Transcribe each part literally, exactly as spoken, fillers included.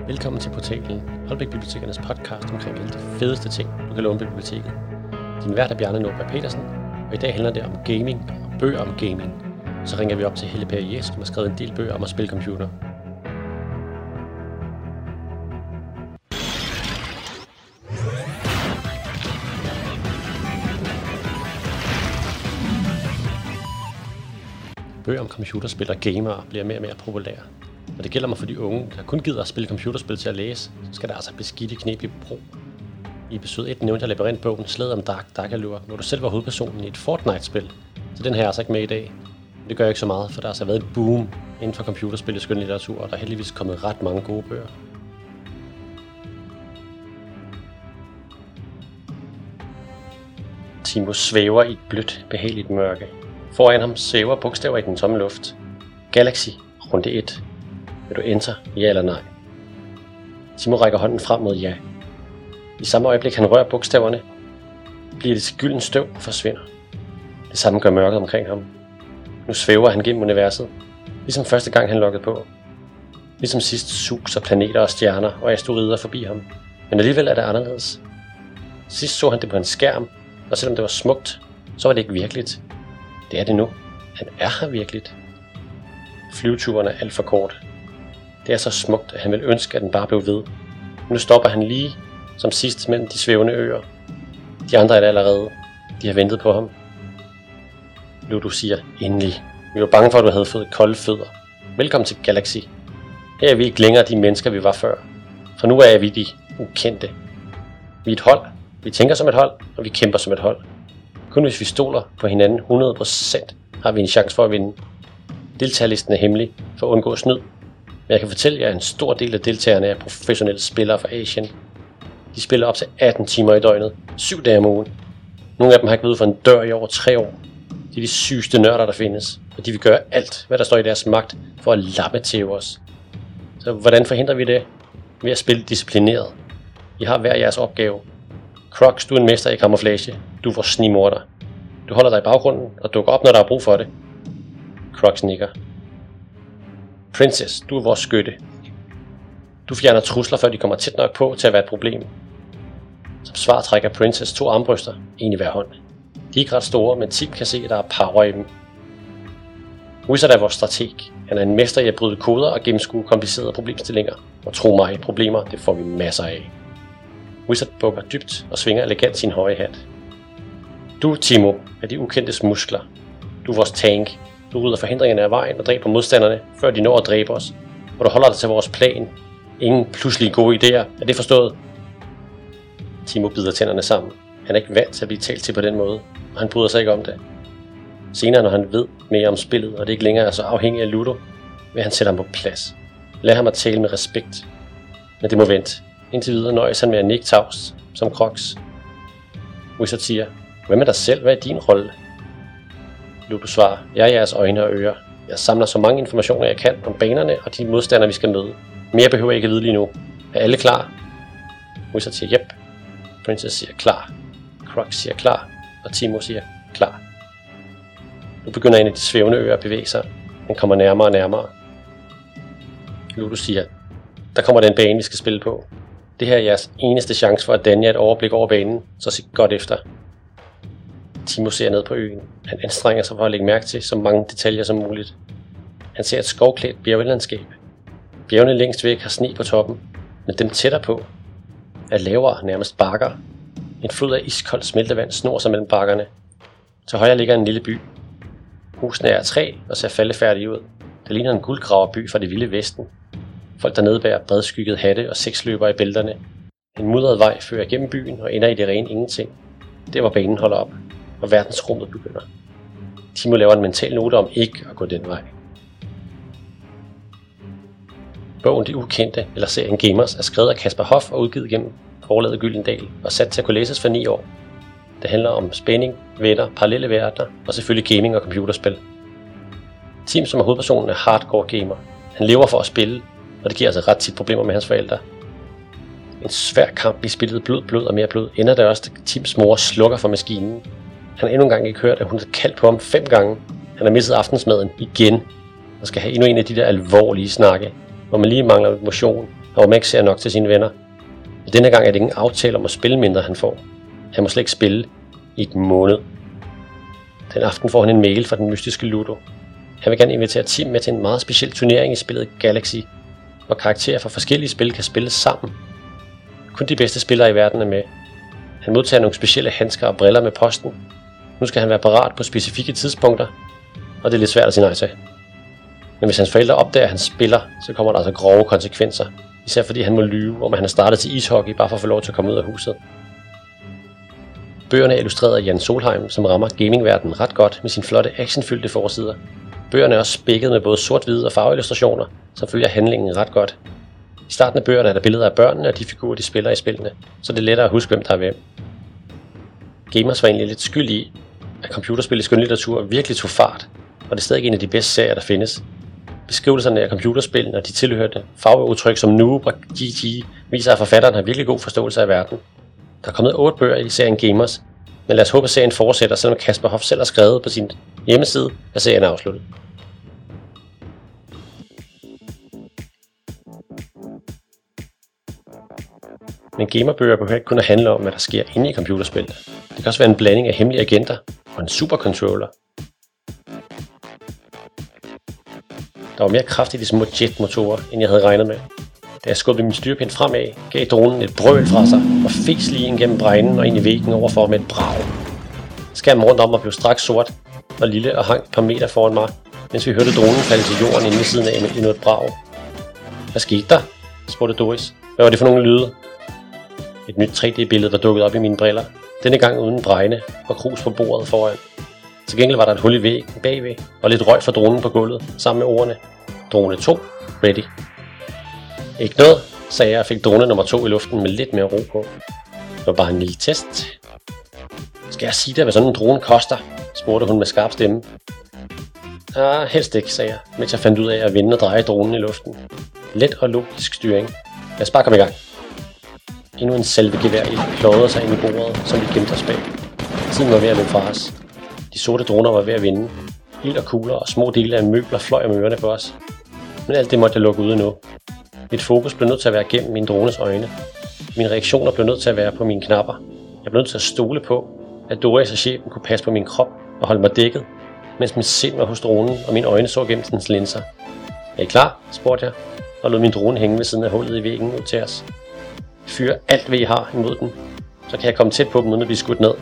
Velkommen til portalen Holbæk Bibliotekernes podcast omkring alle de fedeste ting, du kan låne på biblioteket. Din vært er Bjarne Nordberg Petersen, og i dag handler det om gaming og bøger om gaming. Så ringer vi op til Helle Perrier, som har skrevet en del bøger om at spille computer. Bøger om computerspil og gamere bliver mere og mere populære. Og det gælder mig for de unge, der kun gider at spille computerspil til at læse, så skal der altså beskidte knep i brug. I episode et nævnte jeg labyrintbogen Slaget om Dark Daggerlure, hvor du selv var hovedpersonen i et Fortnite-spil. Så den her er altså ikke med i dag. Men det gør ikke så meget, for der har altså været et boom inden for computerspil i skønlitteratur, og der er heldigvis kommet ret mange gode bøger. Timo svæver i et blødt, behageligt mørke. Foran ham svæver bogstaver i den tomme luft. Galaxy, runde et. Vil du enter, ja eller nej? Timo rækker hånden frem mod ja. I samme øjeblik han rører bogstaverne, bliver det til gylden støv og forsvinder. Det samme gør mørket omkring ham. Nu svæver han gennem universet, ligesom første gang han loggede på. Ligesom sidst suser planeter og stjerner og asteroider forbi ham. Men alligevel er det anderledes. Sidst så han det på en skærm, og selvom det var smukt, så var det ikke virkeligt. Det er det nu. Han er her virkeligt. Flyveturen er alt for kort. Det er så smukt, at han vil ønske, at den bare blev ved. Nu stopper han lige som sidst mellem de svævende øer. De andre er der allerede. De har ventet på ham. Ludo siger, endelig. Vi var bange for, at du havde fået kolde fødder. Velkommen til Galaxy. Her er vi ikke længere de mennesker, vi var før. For nu er vi de ukendte. Vi er et hold. Vi tænker som et hold, og vi kæmper som et hold. Kun hvis vi stoler på hinanden hundrede procent, har vi en chance for at vinde. Deltagerlisten er hemmelig for at undgå snyd. Men jeg kan fortælle jer, at en stor del af deltagerne er professionelle spillere fra Asien. De spiller op til atten timer i døgnet, syv dage om ugen. Nogle af dem har ikke været ude for en dør i over tre år. De er de sygeste nørder, der findes, og de vil gøre alt, hvad der står i deres magt, for at lappe til os. Så hvordan forhindrer vi det? Ved at spille disciplineret. I har hver jeres opgave. Crocs, du er en mester i camouflage. Du er vores snigmorder. Du holder dig i baggrunden og dukker op, når der er brug for det. Crocs nikker. Princess, du er vores skytte. Du fjerner trusler, før de kommer tæt nok på til at være et problem. Som svar trækker Princess to armbryster, en i hver hånd. De er ikke ret store, men Tim kan se, at der er power i dem. Wizard er vores strateg. Han er en mester i at bryde koder og gennemskue komplicerede problemstillinger. Og tro mig, problemer, det får vi masser af. Wizard bukker dybt og svinger elegant sin høje hat. Du, Timo, er de ukendtes muskler. Du er vores tank. Du rydder forhindringerne af vejen og dræber modstanderne, før de når at dræbe os. Og du holder dig til vores plan. Ingen pludselige gode idéer. Er det forstået? Timo bider tænderne sammen. Han er ikke vant til at blive talt til på den måde, og han bryder sig ikke om det. Senere, når han ved mere om spillet, og det ikke længere er så afhængig af Ludo, vil han sætte ham på plads. Lad ham at tale med respekt. Men det må vente. Indtil videre nøjes han med at nikke tavs, som Crocs. Wizard siger, hvem er dig selv? Hvad er din rolle? Ludo svarer, jeg er jeres øjne og ører. Jeg samler så mange informationer jeg kan om banerne og de modstandere vi skal møde. Mere behøver jeg ikke at vide lige nu. Er alle klar? Wizard siger, jep. Princess siger, klar. Crocs siger, klar. Og Timo siger, klar. Nu begynder en af de svævende øer at bevæge sig. Den kommer nærmere og nærmere. Ludo siger, der kommer den bane vi skal spille på. Det her er jeres eneste chance for at danne jer et overblik over banen, så sig godt efter. Timo ser ned på øen. Han anstrenger sig for at lægge mærke til så mange detaljer som muligt. Han ser et skovklædt bjerglandskab. Bjergene længst væk har sne på toppen, men dem tættere på er lavere, nærmest bakker. En flod af iskoldt smeltevand snor sig mellem bakkerne. Til højre ligger en lille by. Husene er af træ og ser faldefærdige ud. Det ligner en guldgraverby fra det vilde vesten. Folk dernede bærer bredskyggede hatte og seksløber i bælterne. En mudret vej fører gennem byen og ender i det rene ingenting. Der hvor banen holder op, og verdensrummet begynder. Timo laver en mental note om ikke at gå den vej. Bogen De Ukendte, eller serien Gamers, er skrevet af Kasper Hoff og udgivet gennem forlaget Gyldendal og sat til at kunne læses for ni år. Det handler om spænding, venner, parallelle verdener og selvfølgelig gaming og computerspil. Tim, som er hovedpersonen, er hardcore gamer. Han lever for at spille, og det giver altså ret tit problemer med hans forældre. En svær kamp i spillet Blod, Blod og mere blod ender der også, da Tims mor slukker for maskinen. Han har endnu engang ikke hørt, at hun har kaldt på ham fem gange. Han har mistet aftensmaden igen og skal have endnu en af de der alvorlige snakke, hvor man lige mangler motion, og Max ser nok til sine venner. Men denne gang er det ingen aftale om at spille mindre, han får. Han må slet ikke spille i et måned. Den aften får han en mail fra den mystiske Ludo. Han vil gerne invitere Tim med til en meget speciel turnering i spillet Galaxy, hvor karakterer fra forskellige spil kan spilles sammen. Kun de bedste spillere i verden er med. Han modtager nogle specielle handsker og briller med posten. Nu skal han være parat på specifikke tidspunkter, og det er lidt svært at sige nej til. Men hvis hans forældre opdager, at han spiller, så kommer der altså grove konsekvenser. Især fordi han må lyve om, at han er startet til ishockey, bare for at få lov til at komme ud af huset. Bøgerne er illustreret af Jan Solheim, som rammer gamingverdenen ret godt med sin flotte actionfyldte forsider. Bøgerne er også spækket med både sort-hvide og farveillustrationer, som følger handlingen ret godt. I starten af bøgerne er der billeder af børnene og de figurer, de spiller i spillene, så det er lettere at huske, hvem der er hvem. Gamers var egentlig lidt skyld i, at computerspil i skønlitteratur virkelig tog fart, og det er stadig en af de bedste serier, der findes. Beskrivelserne af computerspillene og de tilhørte fagudtryk som noob og G G viser, at forfatteren har virkelig god forståelse af verden. Der er kommet otte bøger i serien Gamers, men lad os håbe, at serien fortsætter, selvom Kasper Hoff selv har skrevet på sin hjemmeside, at serien er afsluttet. Men gamerbøger behøver ikke kun at handle om, hvad der sker inde i computerspil. Det kan også være en blanding af hemmelige agenter og en supercontroller. Der var mere kraft i de små jetmotorer, end jeg havde regnet med. Da jeg skubbede min styrpind fremad, gav dronen et brøl fra sig og fes lige ind gennem brænden og ind i væggen overfor med et brag. Skærmen rundt om mig blev straks sort og lille og hang et par meter foran mig, mens vi hørte dronen falde til jorden inde ved siden af endnu et brag. Hvad skete der? Spurgte Doris. Hvad var det for nogle lyde? Et nyt tre D-billede var dukket op i mine briller. Denne gang uden bregne og krus på bordet foran. Til gengæld var der et hul i væggen bagved og lidt røg fra dronen på gulvet, sammen med ordene drone to, ready. Ikke noget, sagde jeg og fik drone nummer to i luften med lidt mere ro på. Det var bare en lille test. Skal jeg sige dig, hvad sådan en drone koster? Spurgte hun med skarp stemme. Ah, helst ikke, sagde jeg, mens jeg fandt ud af at vende og dreje dronen i luften. Let og logisk styring. Lad os bare komme i gang. Endnu en salvegevær i pløjede sig ind i bordet, som vi gemte os bag. Tiden var ved at løbe fra os. De sorte droner var ved at vinde. Ild og kugler og små dele af møbler fløj om ørerne på os. Men alt det måtte jeg lukke ude nu. Mit fokus blev nødt til at være gennem min drones øjne. Mine reaktioner blev nødt til at være på mine knapper. Jeg blev nødt til at stole på, at Doris og chefen kunne passe på min krop og holde mig dækket, mens mit sind var hos dronen, og mine øjne så gennem dens linser. Er I klar? Spurgte jeg, og lod min drone hænge ved siden af hullet i væggen ud til os. Fyr alt, hvad I har imod den, så kan jeg komme tæt på dem, uden at blive skudt ned.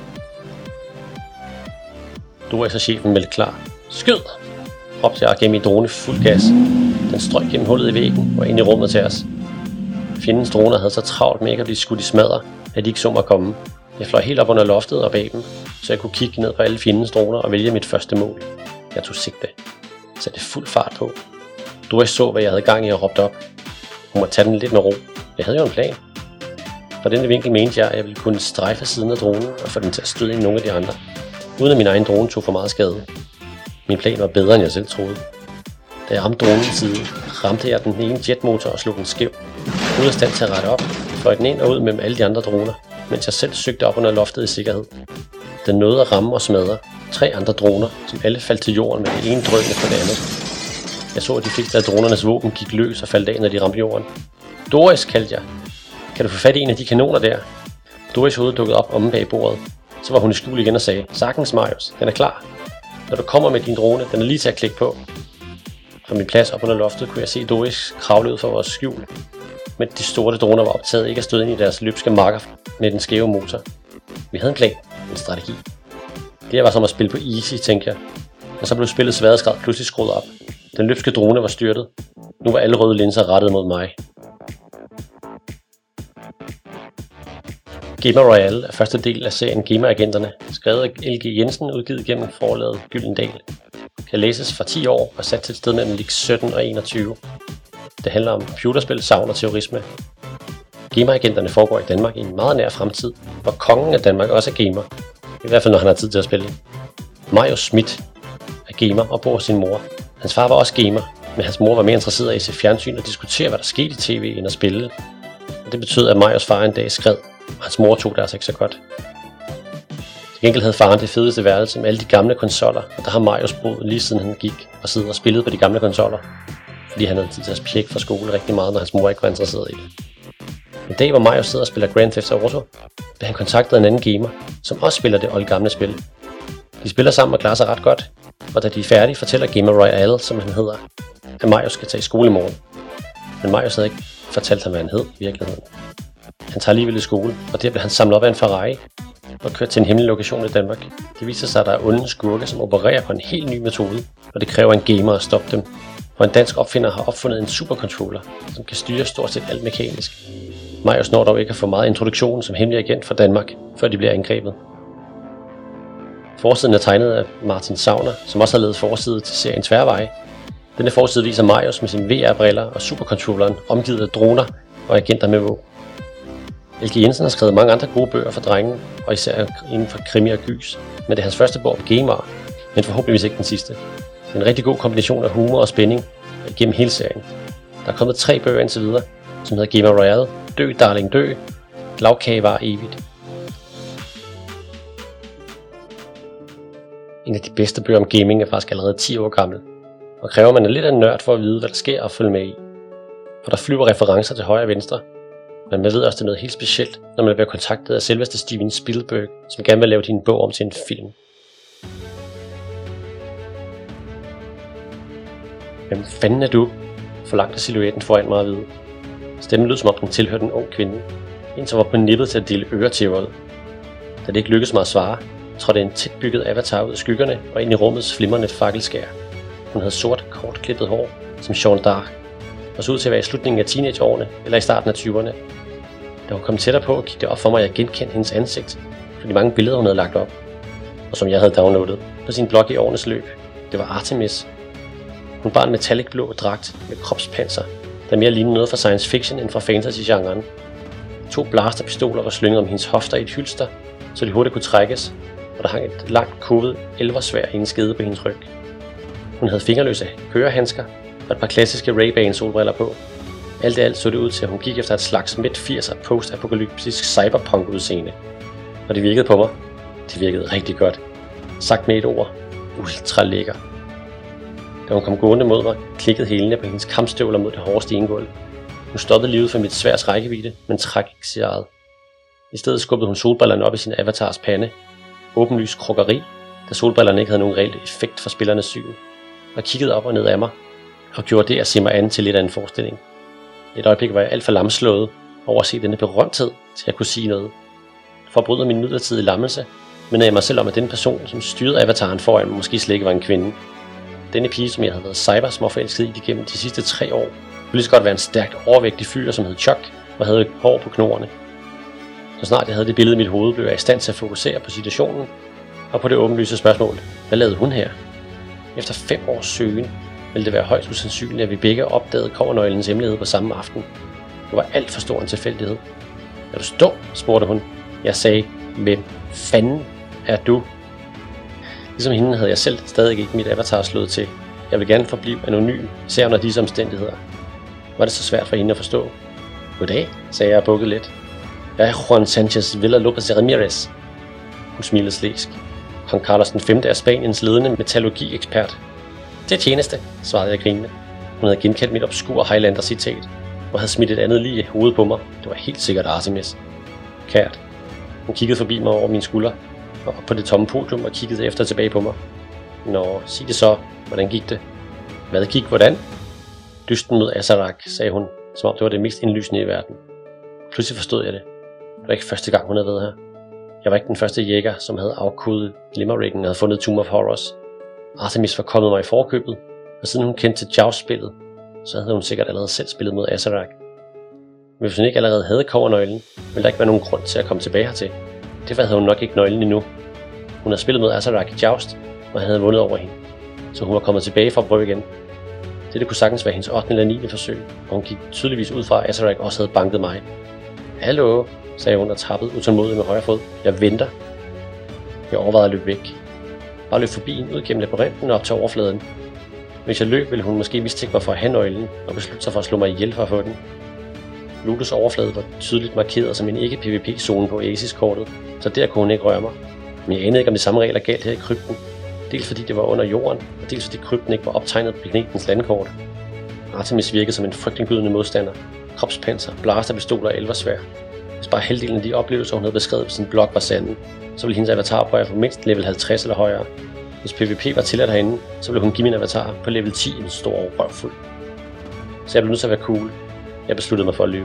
Doris og chefen meldte klar. Skyd! Råbte jeg og gav min drone fuld gas. Den strøg gennem hullet i væggen og ind i rummet til os. Fjendens droner havde så travlt med ikke at blive skudt i smadder, at de ikke så mig komme. Jeg fløj helt op under loftet og bag dem, så jeg kunne kigge ned på alle fjendens droner og vælge mit første mål. Jeg tog sigte. Satte fuld fart på. Doris så, hvad jeg havde gang i og råbte op. Hun måtte tage den lidt med ro. Jeg havde jo en plan. Fra denne vinkel mente jeg, at jeg ville kunne strejfe siden af dronen og få den til at støde ind i nogle af de andre, uden at min egen drone tog for meget skade. Min plan var bedre, end jeg selv troede. Da jeg ramte dronens side, ramte jeg den ene jetmotor og slog den skæv. Ude af stand til at rette op, fløj den ind og ud mellem alle de andre droner, mens jeg selv søgte op under loftet i sikkerhed. Den nåede at ramme og smadre tre andre droner, som alle faldt til jorden med det ene drøn efter det andet. Jeg så, at de fleste af dronernes våben gik løs og faldt af, når de ramte jorden. Doris, kaldte jeg. Kan du få fat i en af de kanoner der? Doris hoved dukkede op omme bag bordet. Så var hun i skjul igen og sagde, sagtens Marius, den er klar. Når du kommer med din drone, den er lige til at klikke på. Fra min plads op under loftet kunne jeg se Doris kravle ud fra vores skjul. Men de store droner var optaget ikke at støde ind i deres løbske marker med den skæve motor. Vi havde en plan, en strategi. Det her var som at spille på easy, tænkte jeg. Og så blev spillet sværhedsgrad pludselig skruet op. Den løbske drone var styrtet. Nu var alle røde linser rettet mod mig. Gamer Royale er første del af serien Gamer-agenterne, skrevet af L G Jensen, udgivet gennem forlaget Gyldendal. Kan læses fra ti år og sat til et sted mellem lig sytten og enogtyve. Det handler om computerspil, savn og terrorisme. Gamer-agenterne foregår i Danmark i en meget nær fremtid, hvor kongen af Danmark også er gamer. I hvert fald når han har tid til at spille. Marius Schmidt er gamer og bor hos sin mor. Hans far var også gamer, men hans mor var mere interesseret i at se fjernsyn og diskutere, hvad der skete i tv, end at spille. Og det betød, at Marius far en dag skred, og hans mor tog det altså ikke så godt. Til gengæld havde faren det fedeste værelse med alle de gamle konsoller, og der har Marius boet lige siden han gik og siddet og spillet på de gamle konsoller. fordi han havde tid til at pjekke fra skole rigtig meget, når hans mor ikke var interesseret i det. En dag, hvor Mario sidder og spiller Grand Theft Auto, bliver han kontaktet af en anden gamer, som også spiller det oldgamle spil. De spiller sammen og klarer sig ret godt, og da de er færdige, fortæller Gamer Royale, som han hedder, at Mario skal tage i skole i morgen. Men Mario havde ikke fortalt ham, hvad han hed i virkeligheden. Han tager alligevel i skole, og der bliver han samlet op af en Ferrari og kørt til en hemmelig lokation i Danmark. Det viser sig, at der er onde skurke, som opererer på en helt ny metode, og det kræver en gamer at stoppe dem. For en dansk opfinder har opfundet en supercontroller, som kan styre stort set alt mekanisk. Mario når dog ikke at få meget introduktion som hemmelig agent for Danmark, før de bliver angrebet. Forsiden er tegnet af Martin Savner, som også har lavet forside til serien Tværveje. Denne forside viser Marius med sine V R-briller og supercontrolleren omgivet af droner og agenter med våben. L G Jensen har skrevet mange andre gode bøger for drenge, og især inden for krimi og gys, men det er hans første bog om gamere, men forhåbentligvis ikke den sidste. Det er en rigtig god kombination af humor og spænding gennem hele serien. Der er kommet tre bøger indtil videre, som hedder Gamer Royale, Dø, Darling, Dø, Lagkage var evigt. En af de bedste bøger om gaming er faktisk allerede ti år gammel, og kræver man er lidt af en nørd for at vide, hvad der sker og følge med i. For der flyver referencer til højre og venstre, men man ved også, det er noget helt specielt, når man bliver kontaktet af selveste Steven Spielberg, som gerne vil lave din bog om til en film. Hvem fanden er du? Forlangte silhuetten foran mig at vide. Stemmen lød som om den tilhørte en ung kvinde, en som var på nippet til at dele øretæver. Da det ikke lykkedes mig at svare, trådte en tæt bygget avatar ud af skyggerne og ind i rummets flimrende fakkelskær. Hun havde sort, kort klippet hår, som Sean Dark, og så ud til at være i slutningen af teenageårene eller i starten af tyverne. Da hun kom tættere på, gik det op for mig, at jeg genkendte hendes ansigt, for de mange billeder, hun havde lagt op, og som jeg havde downloadet på sin blog i årenes løb. Det var Artemis. Hun bar en metallic blå dragt med kropspanser, der mere lignede noget fra science fiction end fra fantasy-genren. To blasterpistoler var slynget om hendes hofter i et hylster, så de hurtigt kunne trækkes, og der hang et langt kovet elversværd i en skede på hendes ryg. Hun havde fingerløse kørehandsker og et par klassiske Ray-Ban solbriller på. Alt i alt så det ud til, at hun gik efter et slags midt firser post-apokalyptisk cyberpunk-udseende. Og det virkede på mig. Det virkede rigtig godt. Sagt med et ord. Ultra lækker. Da hun kom gående mod mig, klikkede hælene på hendes kampstøvler mod det hårde stengulv. Hun stoppede livet for mit sværds rækkevidde, men trak ikke sit eget. I stedet skubbede hun solbrillerne op i sin avatars pande. Åbenlys krukkeri, da solbrillerne ikke havde nogen reel effekt for spillernes syn. Og kiggede op og ned af mig, og gjorde det at se mig an til lidt af en forestilling. Et øjeblik var jeg alt for lamslået over at se denne berømthed, til jeg kunne sige noget. For at bryde min midlertidige lammelse, mindede jeg mig selv om, at den person, som styrede avataren foran mig, måske slet ikke var en kvinde. Denne pige, som jeg havde været cybersmåforelsket i igennem de sidste tre år, ville lige så godt være en stærkt overvægtig fyr, som hed Chuck, og havde hår på knorene. Så snart jeg havde det billede i mit hoved, blev jeg i stand til at fokusere på situationen, og på det åbenlyse spørgsmål, hvad lavede hun her? Efter fem års søgen, ville det være højst usandsynligt, at vi begge opdagede kobbernøglens hemmelighed på samme aften. Det var alt for stor en tilfældighed. Er du stum? Spurgte hun. Jeg sagde, hvem fanden er du? Ligesom hende havde jeg selv stadig ikke mit avatar slået til. Jeg vil gerne forblive anonym, især under disse omstændigheder. Var det så svært for hende at forstå? Goddag, sagde jeg og bukkede lidt. Jeg er Juan Sanchez Villa Lopez Ramirez. Hun smilede slæsk. Kong Carlos den femte er Spaniens ledende metallurgi-ekspert. Det er tjeneste, svarede jeg grinende. Hun havde genkendt mit obskure Highlander-citat, og havde smidt et andet lige i hovedet på mig. Det var helt sikkert Artemis. Kært. Hun kiggede forbi mig over mine skuldre, og op på det tomme podium og kiggede efter tilbage på mig. Nå, sig det så. Hvordan gik det? Hvad gik hvordan? Dysten mod Azarak, sagde hun, som om det var det mest indlysende i verden. Pludselig forstod jeg det. Det var ikke første gang, hun havde været her. Jeg var ikke den første jæger, som havde afkodet Limericken og havde fundet Tomb of Horrors. Artemis var kommet mig i forkøbet, og siden hun kendte til Joust-spillet, så havde hun sikkert allerede selv spillet mod Azarak. Men hvis hun ikke allerede havde kobbernøglen, ville der ikke være nogen grund til at komme tilbage hertil. Derfor havde hun nok ikke nøglen endnu. Hun havde spillet mod Azarak i Joust, og han havde vundet over hende, så hun var kommet tilbage for at prøve igen. Dette kunne sagtens være hendes ottende eller niende forsøg, og hun gik tydeligvis ud fra, at Azarak også havde banket mig. Hallo, sagde hun og tappede utålmodigt med højre fod. Jeg venter. Jeg overvejede at løbe væk. Bare løb forbi hende ud gennem labyrinten og op til overfladen. Hvis jeg løb, ville hun måske mistænke mig for at have nøglen og beslutte sig for at slå mig ihjel for at få den. Ludus overflade var tydeligt markeret som en ikke-PvP-zone på Oasis-kortet, så der kunne hun ikke røre mig. Men jeg anede ikke, om de samme regler galt her i krypten. Dels fordi det var under jorden, og dels fordi krypten ikke var optegnet på planetens landkort. Artemis virkede som en frygtindgydende modstander. Kropspanser, blasterpistoler og elversværd. Hvis bare halvdelen af de oplevelser, hun havde beskrevet på sin blog, var sande, så ville hendes avatar prøve på mindst level halvtreds eller højere. Hvis PvP var tilladt herinde, så ville hun give min avatar på level ti en stor røvfuld. Så jeg blev nødt til at være cool. Jeg besluttede mig for at lyve.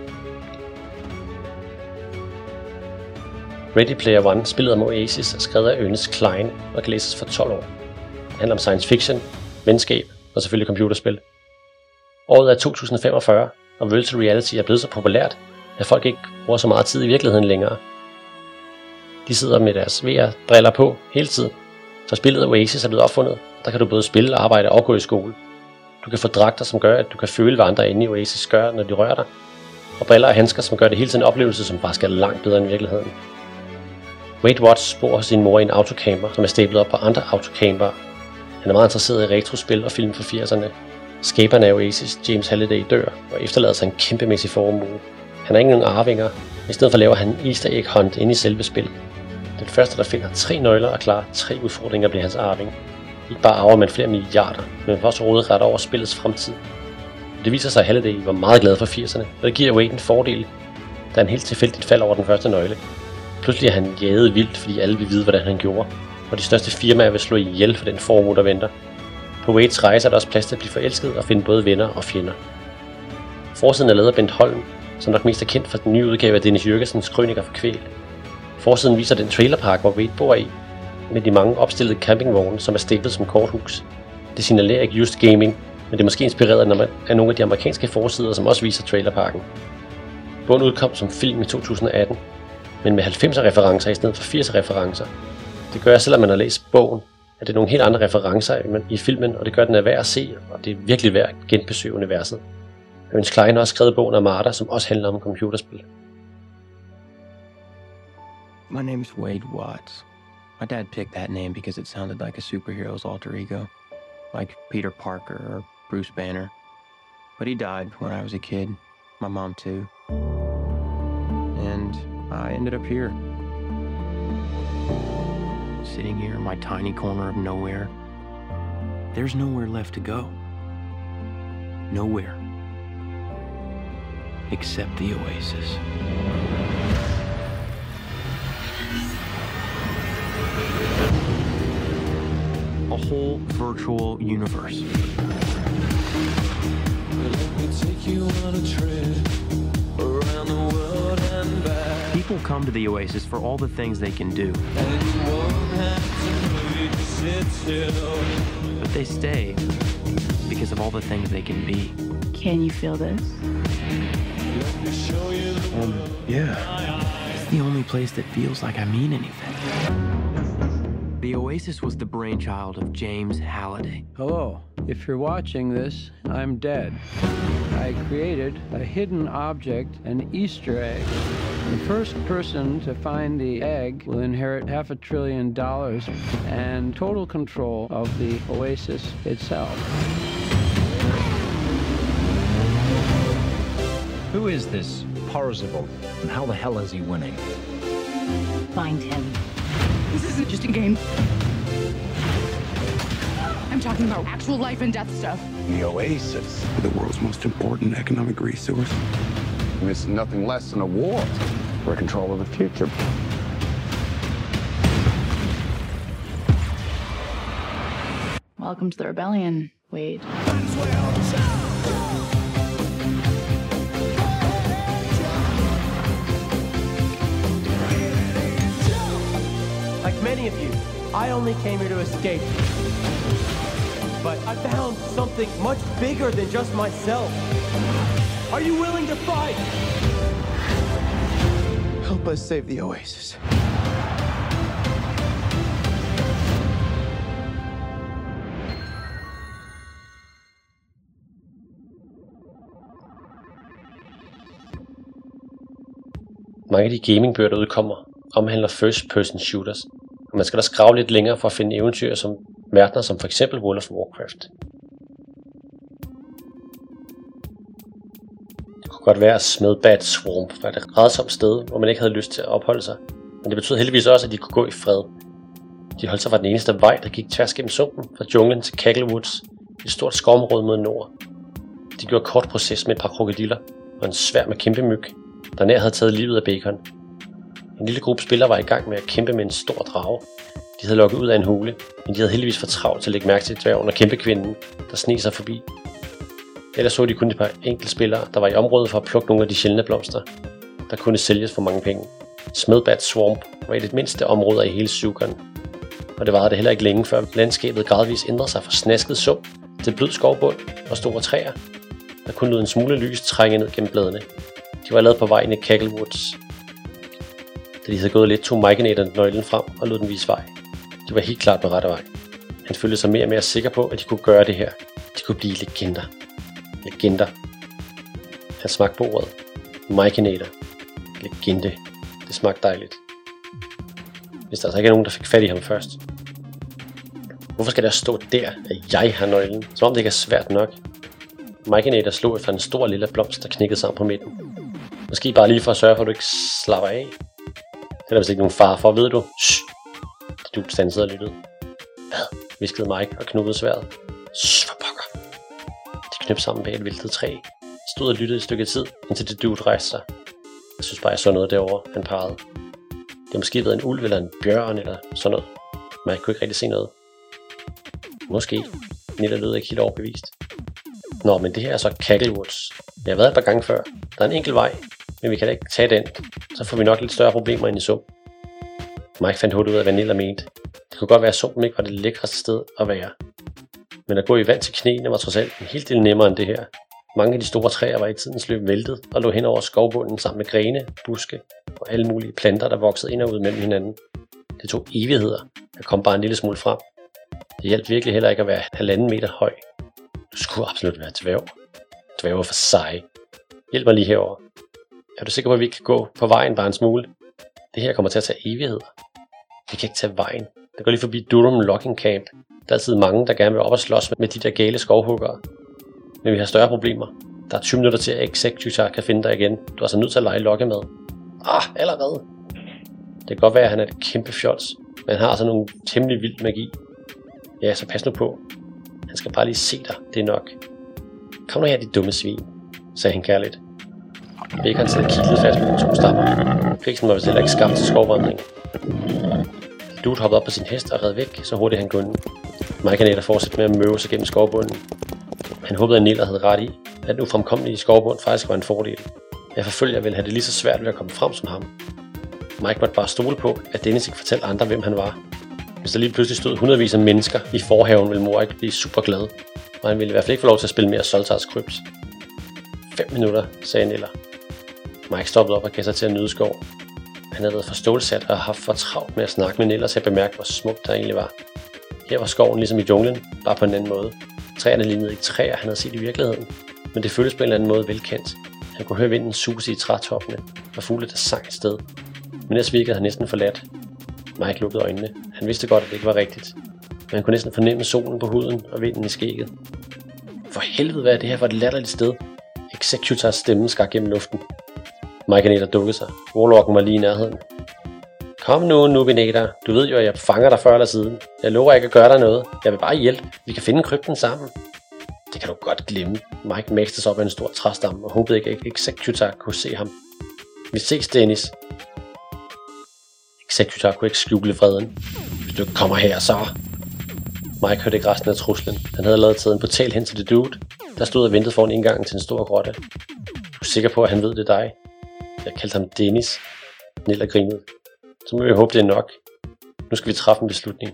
Ready Player One, spillet om Oasis, er skrevet af Ernest Cline og kan læses for tolv år. Det handler om science fiction, venskab og selvfølgelig computerspil. Året er to tusind femogfyrre, og virtual reality er blevet så populært, at folk ikke bruger så meget tid i virkeligheden længere. De sidder med deres V R-briller på hele tiden, så spillet Oasis er blevet opfundet. Der kan du både spille, arbejde og gå i skole. Du kan få dragter, som gør, at du kan føle, hvad andre inde i Oasis gør, når de rører dig. Og briller og handsker, som gør det hele til en oplevelse, som bare skal langt bedre end virkeligheden. Wade Watts bor hos sin mor i en autocamper, som er stablet op på andre autocamper. Han er meget interesseret i retrospil og film fra firserne. Skaberen af Oasis, James Halliday, dør og efterlader sig en kæmpemæssig formue. Han har ingen arvinger. I stedet for laver han en Easter egg hunt inde i selve spillet. Den første, der finder tre nøgler og klarer tre udfordringer, bliver hans arving. Ikke bare arver man flere milliarder, men man får også rådet ret over spillets fremtid. Det viser sig, at Halliday var meget glad for firserne, og det giver Wade en fordel, da han helt tilfældigt falder over den første nøgle. Pludselig er han jaget vildt, fordi alle vil vide, hvordan han gjorde, og de største firmaer vil slå ihjel for den formue, der venter. På Wades rejse er der også plads til at blive forelsket og finde både venner og fjender. Forsiden er lavet af Bent Holm, som nok mest er kendt for den nye udgave af Dennis Jürgensens Krøniker for Kvæl. Forsiden viser den trailerpark, hvor Wade bor i, med de mange opstillede campingvogne, som er stablet som korthus. Det signalerer ikke just gaming, men det er måske inspireret af nogle af de amerikanske forsider, som også viser trailerparken. Bogen udkom som film i to tusind atten, men med halvfemser referencer i stedet for firs referencer. Det gør, selvom man har læst bogen, at det er nogle helt andre referencer i filmen, og det gør, den er værd at se, og det er virkelig værd at genbesøge universet. Ernest Cline har også skrevet bogen Armada, som også handler om computerspil. My name's Wade Watts. My dad picked that name because it sounded like a superhero's alter ego, like Peter Parker or Bruce Banner. But he died when I was a kid, my mom too. And I ended up here, sitting here in my tiny corner of nowhere. There's nowhere left to go. Nowhere. Except the Oasis. A whole virtual universe. People come to the Oasis for all the things they can do. But they stay because of all the things they can be. Can you feel this? Um, yeah. It's the only place that feels like I mean anything. The Oasis was the brainchild of James Halliday. Hello. If you're watching this, I'm dead. I created a hidden object, an Easter egg. The first person to find the egg will inherit half a trillion dollars and total control of the Oasis itself. Who is this Parzival, and how the hell is he winning? Find him. This isn't just a game. I'm talking about actual life and death stuff. The Oasis. The world's most important economic resource. It's nothing less than a war for control of the future. Welcome to the rebellion, Wade. Like many of you, I only came here to escape. But I found something much bigger than just myself. Are you willing to fight? Help us save the Oasis. Mange af de gamingbøger, der udkommer, omhandler first-person shooters, og man skal da skrave lidt længere for at finde eventyr som verdener som for eksempel World of Warcraft. Det kunne godt være, at Smedbad Swamp var et rædsomt sted, hvor man ikke havde lyst til at opholde sig, men det betød heldigvis også, at de kunne gå i fred. De holdt sig fra den eneste vej, der gik tværs gennem sumpen, fra junglen til Cagglewoods, et stort skovområde mod nord. De gjorde kort proces med et par krokodiller og en sværm med kæmpe myg, der nær havde taget livet af Bacon. En lille gruppe spillere var i gang med at kæmpe med en stor drage. De havde lukket ud af en hule, men de havde heldigvis for travlt til at lægge mærke til dværgen og kæmpekvinden, der sneg sig forbi. Ellers så de kun et par enkelte spillere, der var i området for at plukke nogle af de sjældne blomster, der kunne sælges for mange penge. Smedbat Swamp var et af de mindste områder i hele Sugon, og det varede det heller ikke længe, før landskabet gradvist ændrede sig fra snasket sum til blød skovbund og store træer, der kun lod en smule lys trænge ned gennem bladene. De var lavet på vej ind i Cagglewoods. Da de havde gået lidt, tog Mikeinator nøglen frem og lod den vise vej. De var helt klart på rette vej. Han følte sig mere og mere sikker på, at de kunne gøre det her. De kunne blive legender. Legender. Han smagte på ordet. Mikeinator. Legende. Det smagte dejligt. Hvis der altså ikke er nogen, der fik fat i ham først. Hvorfor skal der stå der, at jeg har nøglen? Som om det ikke er svært nok. Mikeinator slog efter en stor lille blomst, der knækkede sammen på midten. Måske bare lige for at sørge for, at du ikke slapper af. Det er der vist ikke nogen fare for, ved du? Shh! Du standsede og lyttede. Hvad? Viskede Mike og knuppede sværdet. Shh, for pokker! De knøb sammen bag et væltet træ. Stod og lyttede et stykke tid, indtil det dude rejste sig. Jeg synes bare, jeg så noget derovre, han parrede. Det har måske været en ulv eller en bjørn eller sådan noget. Mike kunne ikke rigtig se noget. Måske. Nilla lød ikke helt overbevist. Nå, men det her er så Cagglewoods. Jeg har været et par gange før. Der er en enkelt vej, men vi kan da ikke tage den. Så får vi nok lidt større problemer ind i sump. Mike fandt hurtigt ud af, hvad Nilla mente. Det kunne godt være, at sumpen ikke var det lækreste sted at være. Men at gå i vand til knæene var trods alt en helt del nemmere end det her. Mange af de store træer var i tidens løb væltet og lå hen over skovbunden sammen med grene, buske og alle mulige planter, der voksede ind og ud mellem hinanden. Det tog evigheder at komme bare en lille smule frem. Det hjalp virkelig heller ikke at være halvanden meter høj. Du skulle absolut være dværg. Dværg var for seje. Hjælp mig lige herover. Er du sikker på, at vi ikke kan gå på vejen bare en smule? Det her kommer til at tage evigheder. Vi kan ikke tage vejen. Der går lige forbi Durham Logging Camp. Der er altid mange, der gerne vil op og slås med de der gale skovhuggere. Men vi har større problemer. Der er tyve minutter til, at Executor kan finde dig igen. Du er altså nødt til at lege lokke med. Ah, allerede. Det kan godt være, at han er et kæmpe fjols, men han har altså nogle temmelig vild magi. Ja, så pas nu på. Han skal bare lige se dig. Det er nok. Kom nu her, dit dumme svin, sagde han kærligt. Bacon sad kildet fast med de to stammer. Grisen var vist heller ikke skabt til skovvandring. Dude hoppede op på sin hest og red væk, så hurtigt han kunne. Mikeinator fortsatte med at møve sig gennem skovbunden. Han håbede, at Nilla havde ret i, at den ufremkommelige skovbund faktisk var en fordel. Jeg forfølger ville have det lige så svært ved at komme frem som ham. Mike måtte bare stole på, at Dennis ikke fortalte andre, hvem han var. Hvis der lige pludselig stod hundredvis af mennesker i forhaven, ville mor ikke blive super glad, og han ville i hvert fald ikke få lov til at spille mere Soltars Crypt. Fem minutter, sagde Nilla. Mike stoppede op og gav sig til at nyde skov. Han havde været for stålsat og haft for travlt med at snakke med Nilla til at bemærke, hvor smukt der egentlig var. Her var skoven ligesom i junglen, bare på en anden måde. Træerne lignede ikke træer, han havde set i virkeligheden, men det føltes på en eller anden måde velkendt. Han kunne høre vinden suse i trætoppene, og fugle der sang et sted. Men ellers virkede han næsten forladt. Mike lukkede øjnene. Han vidste godt, at det ikke var rigtigt. Men han kunne næsten fornemme solen på huden og vinden i skægget. For helvede, hvad er det her for et latterligt sted? Executors stemme skar gennem luften. Mikeinator dukkede sig. Warlocken var lige i nærheden. Kom nu, Nubinator. Du ved jo, at jeg fanger dig før eller siden. Jeg lover ikke at gøre dig noget. Jeg vil bare hjælpe. Vi kan finde krypten sammen. Det kan du godt glemme. Mike mastede sig op af en stor træstamme og håbede ikke, at Executor kunne se ham. Vi ses, Dennis. Executor kunne ikke skjule freden. Hvis du ikke kommer her, så... Mike hørte ikke resten af truslen. Han havde lavet taget en portal hen til The Dude, der stod og ventede foran indgangen til en stor grotte. Du er sikker på, at han ved det er dig? Jeg kaldte ham Dennis. Nilla grinede. Så må vi håbe, det er nok. Nu skal vi træffe en beslutning.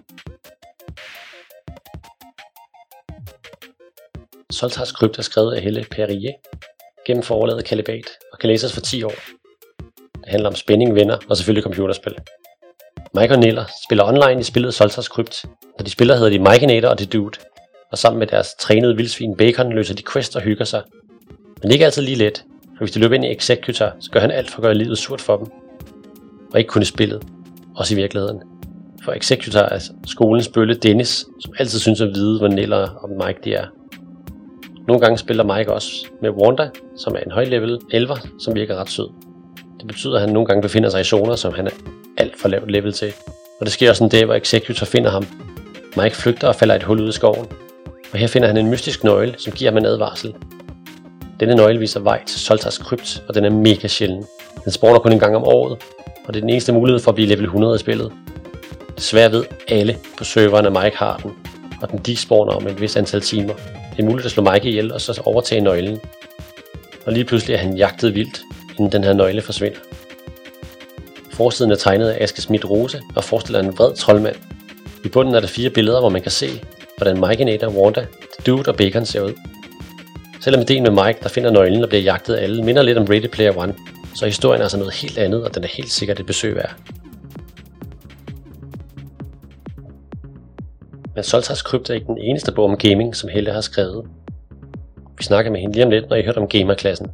Soltars Crypt er skrevet af Helle Perrier gennem forlaget Kalibat og kan læses for ti år. Det handler om spænding, venner og selvfølgelig computerspil. Mike og Nilla spiller online i spillet Soltars Crypt. Når de spiller, hedder de Mikeinator og The Dude, og sammen med deres trænede vildsvin Bacon løser de quest og hygger sig. Men det er ikke altid lige let, for hvis de løber ind i Executor, så gør han alt for at gøre livet surt for dem. Og ikke kun i spillet, også i virkeligheden. For Executor er skolens bølle Dennis, som altid synes at vide, hvor Nilla og Mike de er. Nogle gange spiller Mike også med Wanda, som er en højlevel elver, som virker ret sød. Det betyder, at han nogle gange befinder sig i zoner, som han er alt for lavt level til. Og det sker også en dag, hvor Executor finder ham. Mike flygter og falder i et hul ud i skoven. Og her finder han en mystisk nøgle, som giver ham en advarsel. Denne nøgle viser vej til Zoltar's krypt, og den er mega sjælden. Den spawner kun en gang om året, og det er den eneste mulighed for at blive level hundrede i spillet. Desværre ved alle på serveren, at Mike har den, og den despawner om et vist antal timer. Det er muligt at slå Mike ihjel og så overtage nøglen. Og lige pludselig er han jagtet vildt, inden den her nøgle forsvinder. Forsiden er tegnet af Aske Schmidt Rose og forestiller en vred troldmand. I bunden er der fire billeder, hvor man kan se, hvordan Mikeinator, Wanda, The Dude og Bacon ser ud. Selvom ideen med Mike, der finder nøglen og bliver jagtet af alle, minder lidt om Ready Player One, så historien er altså noget helt andet, og den er helt sikkert et besøg værd. Men Zoltar's krypt er ikke den eneste bog om gaming, som Helle har skrevet. Vi snakker med hende lige om lidt, når I hørte om gamerklassen.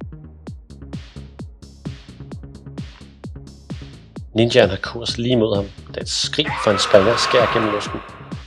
Ninjaen har kurs lige mod ham, da et skrig fra en springer skærer gennem luften.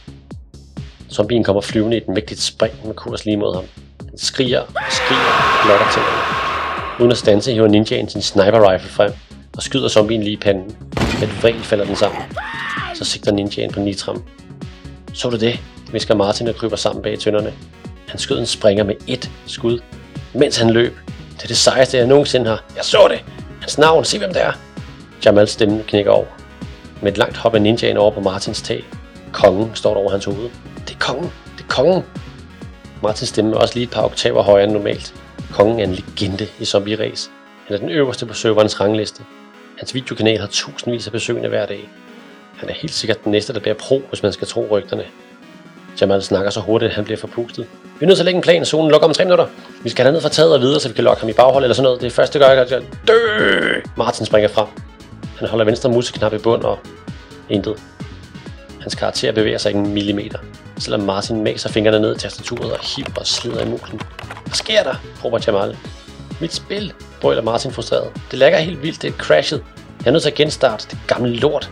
Zombien kommer flyvende i et mægtigt spring med kurs lige mod ham. Den skriger og skriger og blotter til ham. Uden at standse hiver ninjaen sin sniper rifle frem og skyder zombien lige i panden. Med et vril falder den sammen. Så sigter ninjaen på Nitram. Så du det? Hvisker Martin og kryber sammen bag tønderne. Han skød en springer med ét skud, mens han løb. Det er det sejeste, jeg nogensinde har. Jeg så det! Hans navn, se hvem det er! Jamals stemme knækker over. Med et langt hop af ninjaen over på Martins tag. Kongen står der over hans hoved. Det er kongen! Det er kongen! Martins stemme er også lige et par oktaver højere end normalt. Kongen er en legende i Zombie Race. Han er den øverste på serverens rangliste. Hans videokanal har tusindvis af besøgende hver dag. Han er helt sikkert den næste, der bliver pro, hvis man skal tro rygterne. Jamal snakker så hurtigt, at han bliver forpustet. Vi er nødt til at lægge en plan, zonen lukker om tre minutter. Vi skal have ned fra taget og videre, så vi kan lokke ham i baghold eller sådan noget. Det er første gang, jeg dø. Martin springer frem. Han holder venstre museknap i bund og intet. Hans karakter bevæger sig ikke en millimeter, selvom Martin mæser fingrene ned i tastaturet og hiver og slider i musen. Hvad sker der? Råber Jamal. Mit spil, brøler Martin frustreret. Det lægger helt vildt, det er crashet. Jeg er nødt til at genstarte det gamle lort.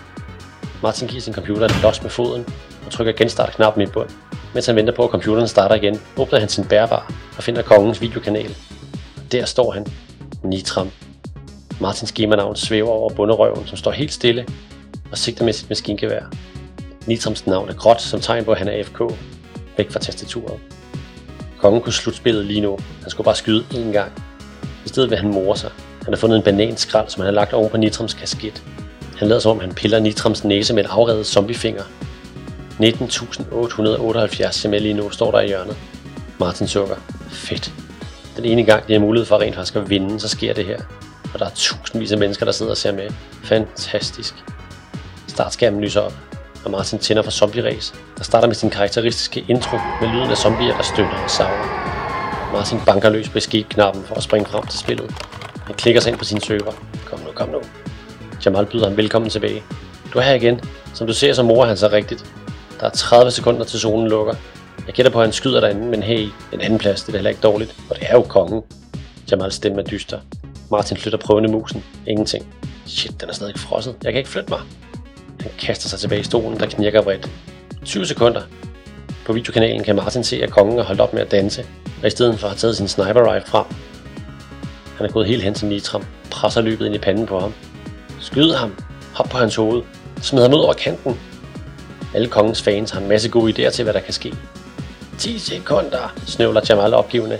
Martin giver sin computer et los med foden og trykker genstart-knappen i bund. Mens han venter på, at computeren starter igen, åbner han sin bærbar og finder kongens videokanal. Der står han. Nitram. Martins gamer-navn svæver over bunderøven, som står helt stille og sigter med sit maskingevær. Nitrams navn er gråt som tegn på, at han er A F K, væk fra tastaturet. Kongen kunne slutte spillet lige nu. Han skulle bare skyde én gang. I stedet vil han more sig. Han har fundet en bananskrald, som han har lagt oven på Nitrams kasket. Han lader som om, han piller Nitrams næse med en afredet zombiefinger. nitten tusind otte hundrede otteoghalvfjerds C M lige nu står der i hjørnet. Martin sukker. Fedt. Den ene gang, de har mulighed for rent faktisk at vinde, så sker det her. Og der er tusindvis af mennesker, der sidder og ser med. Fantastisk. Startskærmen lyser op, og Martin tænder for Zombie Race, der starter med sin karakteristiske intro med lyden af zombier, der støtter og savner. Martin banker løs på escape-knappen for at springe frem til spillet. Han klikker sig ind på sin server. Kom nu, kom nu. Jamal byder ham velkommen tilbage. Du er her igen. Som du ser, så morer han sig rigtigt. Der er tredive sekunder til zonen lukker. Jeg gætter på, at han skyder derinde, men hey, en anden plads, det er heller ikke dårligt. Og det er jo kongen. Jamals stemme er dyster. Martin flytter prøvende musen. Ingenting. Shit, den er stadig frosset. Jeg kan ikke flytte mig. Han kaster sig tilbage i stolen, der knirker vredt. tyve sekunder. På videokanalen kan Martin se, at kongen er holdt op med at danse, og i stedet for har taget sin sniper rifle frem. Han er gået helt hen til Nitram, presser løbet ind i panden på ham. Skyd ham. Hop på hans hoved. Smid ham ud over kanten. Alle kongens fans har en masse gode idéer til, hvad der kan ske. ti sekunder, snøvler Jamal opgivende.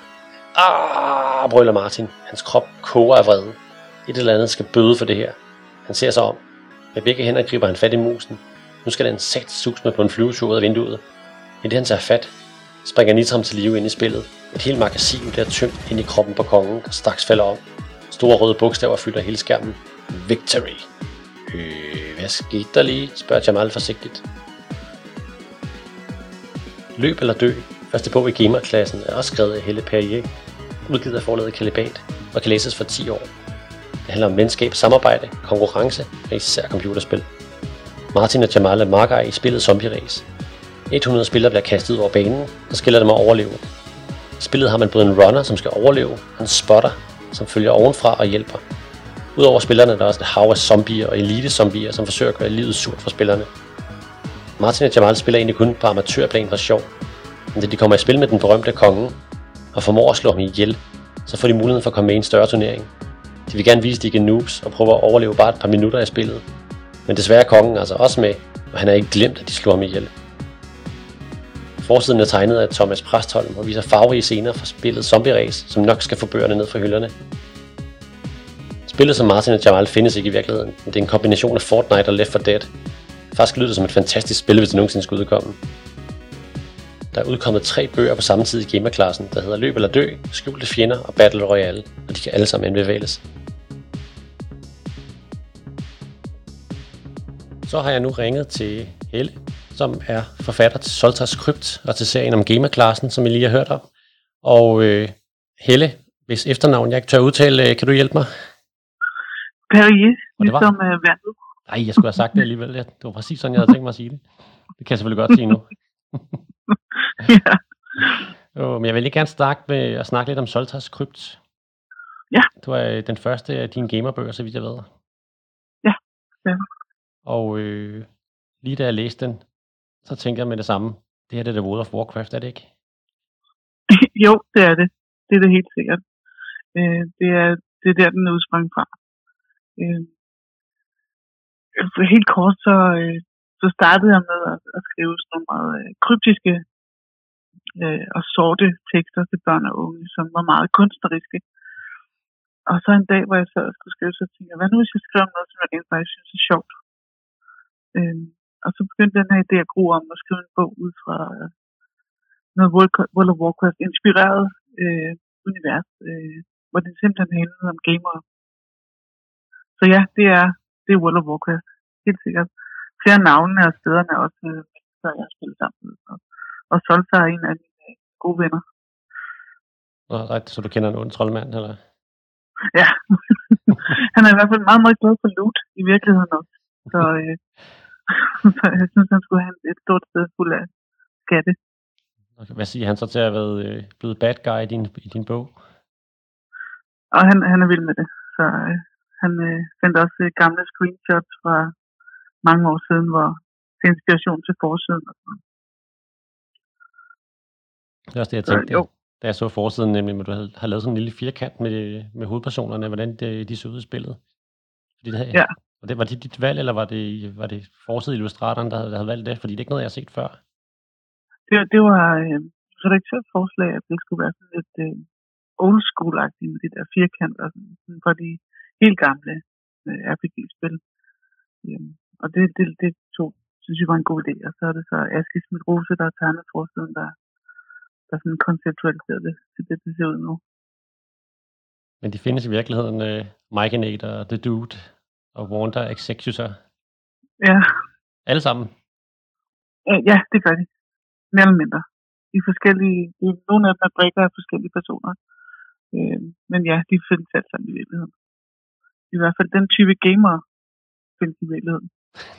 Ah, brøler Martin. Hans krop koger af vrede. Et eller andet skal bøde for det her. Han ser sig om. Med begge hænder griber han fat i musen. Nu skal den sat sus med på en flyvetur ud af vinduet. I det han tager fat, springer Nitram til live ind i spillet. Et helt magasin bliver tømt ind i kroppen på kongen, der straks falder om. Store røde bogstaver fylder hele skærmen. Victory. Øh, hvad skete der lige? Spørger Jamal forsigtigt. Løb eller dø. Første bog i gamerklassen er også skrevet af Helle Perrier, udgivet af forlaget Kalibat og kan læses for ti år. Det handler om venskab, samarbejde, konkurrence og især computerspil. Martin og Jamal er marker i spillet Zombie Race. hundrede spillere bliver kastet ud over banen, der skiller dem at overleve. I spillet har man både en runner, som skal overleve, og en spotter, som følger ovenfra og hjælper. Udover spillerne er der også et hav af zombier og elite-zombier, som forsøger at gøre livet surt for spillerne. Martin og Jamal spiller egentlig kun på amatørplan for sjov, men da de kommer i spil med den berømte konge og formår at slå ham ihjel, så får de muligheden for at komme med i en større turnering. De vil gerne vise, at de ikke er noobs og prøve at overleve bare et par minutter i spillet. Men desværre er kongen altså også med, og han er ikke glemt, at de slår ham ihjel. Forsiden er tegnet af Thomas Præstholm og viser farverige scener fra spillet Zombie Race, som nok skal få bøgerne ned fra hylderne. Spillet som Martin og Jamal findes ikke i virkeligheden, men det er en kombination af Fortnite og Left four Dead. Faktisk lyder det som et fantastisk spil, hvis det nogensinde skulle udkomme. Der er udkommet tre bøger på samme tid i gamerklassen, der hedder Løb eller Dø, Skjulte Fjender og Battle Royale, og de kan alle sammen anbefales. Så har jeg nu ringet til Helle, som er forfatter til Soltars Krypt og til serien om gamerklassen, som I lige har hørt om. Og øh, Helle, hvis efternavn jeg ikke tør udtale, kan du hjælpe mig? Perrier, ligesom uh, vandet. Nej, jeg skulle have sagt det alligevel. Det var præcis sådan, jeg havde tænkt mig at sige det. Det kan jeg selvfølgelig godt sige nu. Ja. Oh, men jeg vil lige gerne starte med at snakke lidt om Soltars Krypt. Ja. Du er den første af dine gamerbøger, så vidt jeg ved. Ja, ja. Og øh, lige da jeg læste den, så tænker jeg med det samme. Det her det er The World of Warcraft, er det ikke? Jo, det er det. Det er det helt sikkert. Øh, det, er, det er der, den udsprang fra. Øh, helt kort, så, øh, så startede jeg med at, at skrive sådan nogle meget øh, kryptiske øh, og sorte tekster til børn og unge, som var meget kunstneriske. Og så en dag, hvor jeg sad og skulle skrive, så tænkte jeg, hvad nu hvis jeg skriver noget, som jeg rent faktisk synes er sjovt? Øh, og så begyndte den her idé at gro om at skrive en bog ud fra øh, noget World of Warcraft inspireret øh, univers, øh, hvor det simpelthen handlede om gamere. Så ja, det er, det er World of Warcraft, helt sikkert. Flere af navnene og stederne er også øh, mennesker, jeg har spillet sammen med. Og, og Solskjaer er en af mine øh, gode venner. Nå, ret, så du kender en ond troldmand, eller? Ja, han er i hvert fald meget, meget glad for loot i virkeligheden også. Så, øh, så jeg synes, han skulle have et stort sted fuld af skatte. Okay, hvad siger han så til at have været øh, blevet bad guy i din, i din bog? Og han, han er vild med det, så øh, han øh, sendte også øh, gamle screenshots fra mange år siden, hvor til inspiration til forsiden og sådan. Det er også det, jeg tænkte, så, da jeg så forsiden, nemlig, at du har lavet sådan en lille firkant med, med hovedpersonerne, hvordan de, de så ud i spillet. Fordi det, ja. Og det, var det dit valg, eller var det, var det forside-illustratoren, der havde, der havde valgt det? Fordi det er ikke noget, jeg har set før. Det, det var øh, redaktørt forslag, at det skulle være sådan lidt øh, old school-agtigt med de der firkanter, sådan for de helt gamle øh, R P G-spil. Øh, og det, det, det tog, synes jeg var en god idé. Og så er det så Aske Schmidt Rose, der har tegnet forsiden, der, der sådan konceptualiserer det til det, det ser ud nu. Men de findes i virkeligheden uh, Mikeinator, The Dude og Wanda Executor. Ja. Alle sammen? Øh, ja, det gør de. Mere eller mindre. De forskellige, de, nogle af dem er brikker af forskellige personer. Øh, men ja, de findes alt sammen i virkeligheden. I hvert fald den type gamer findes i virkeligheden.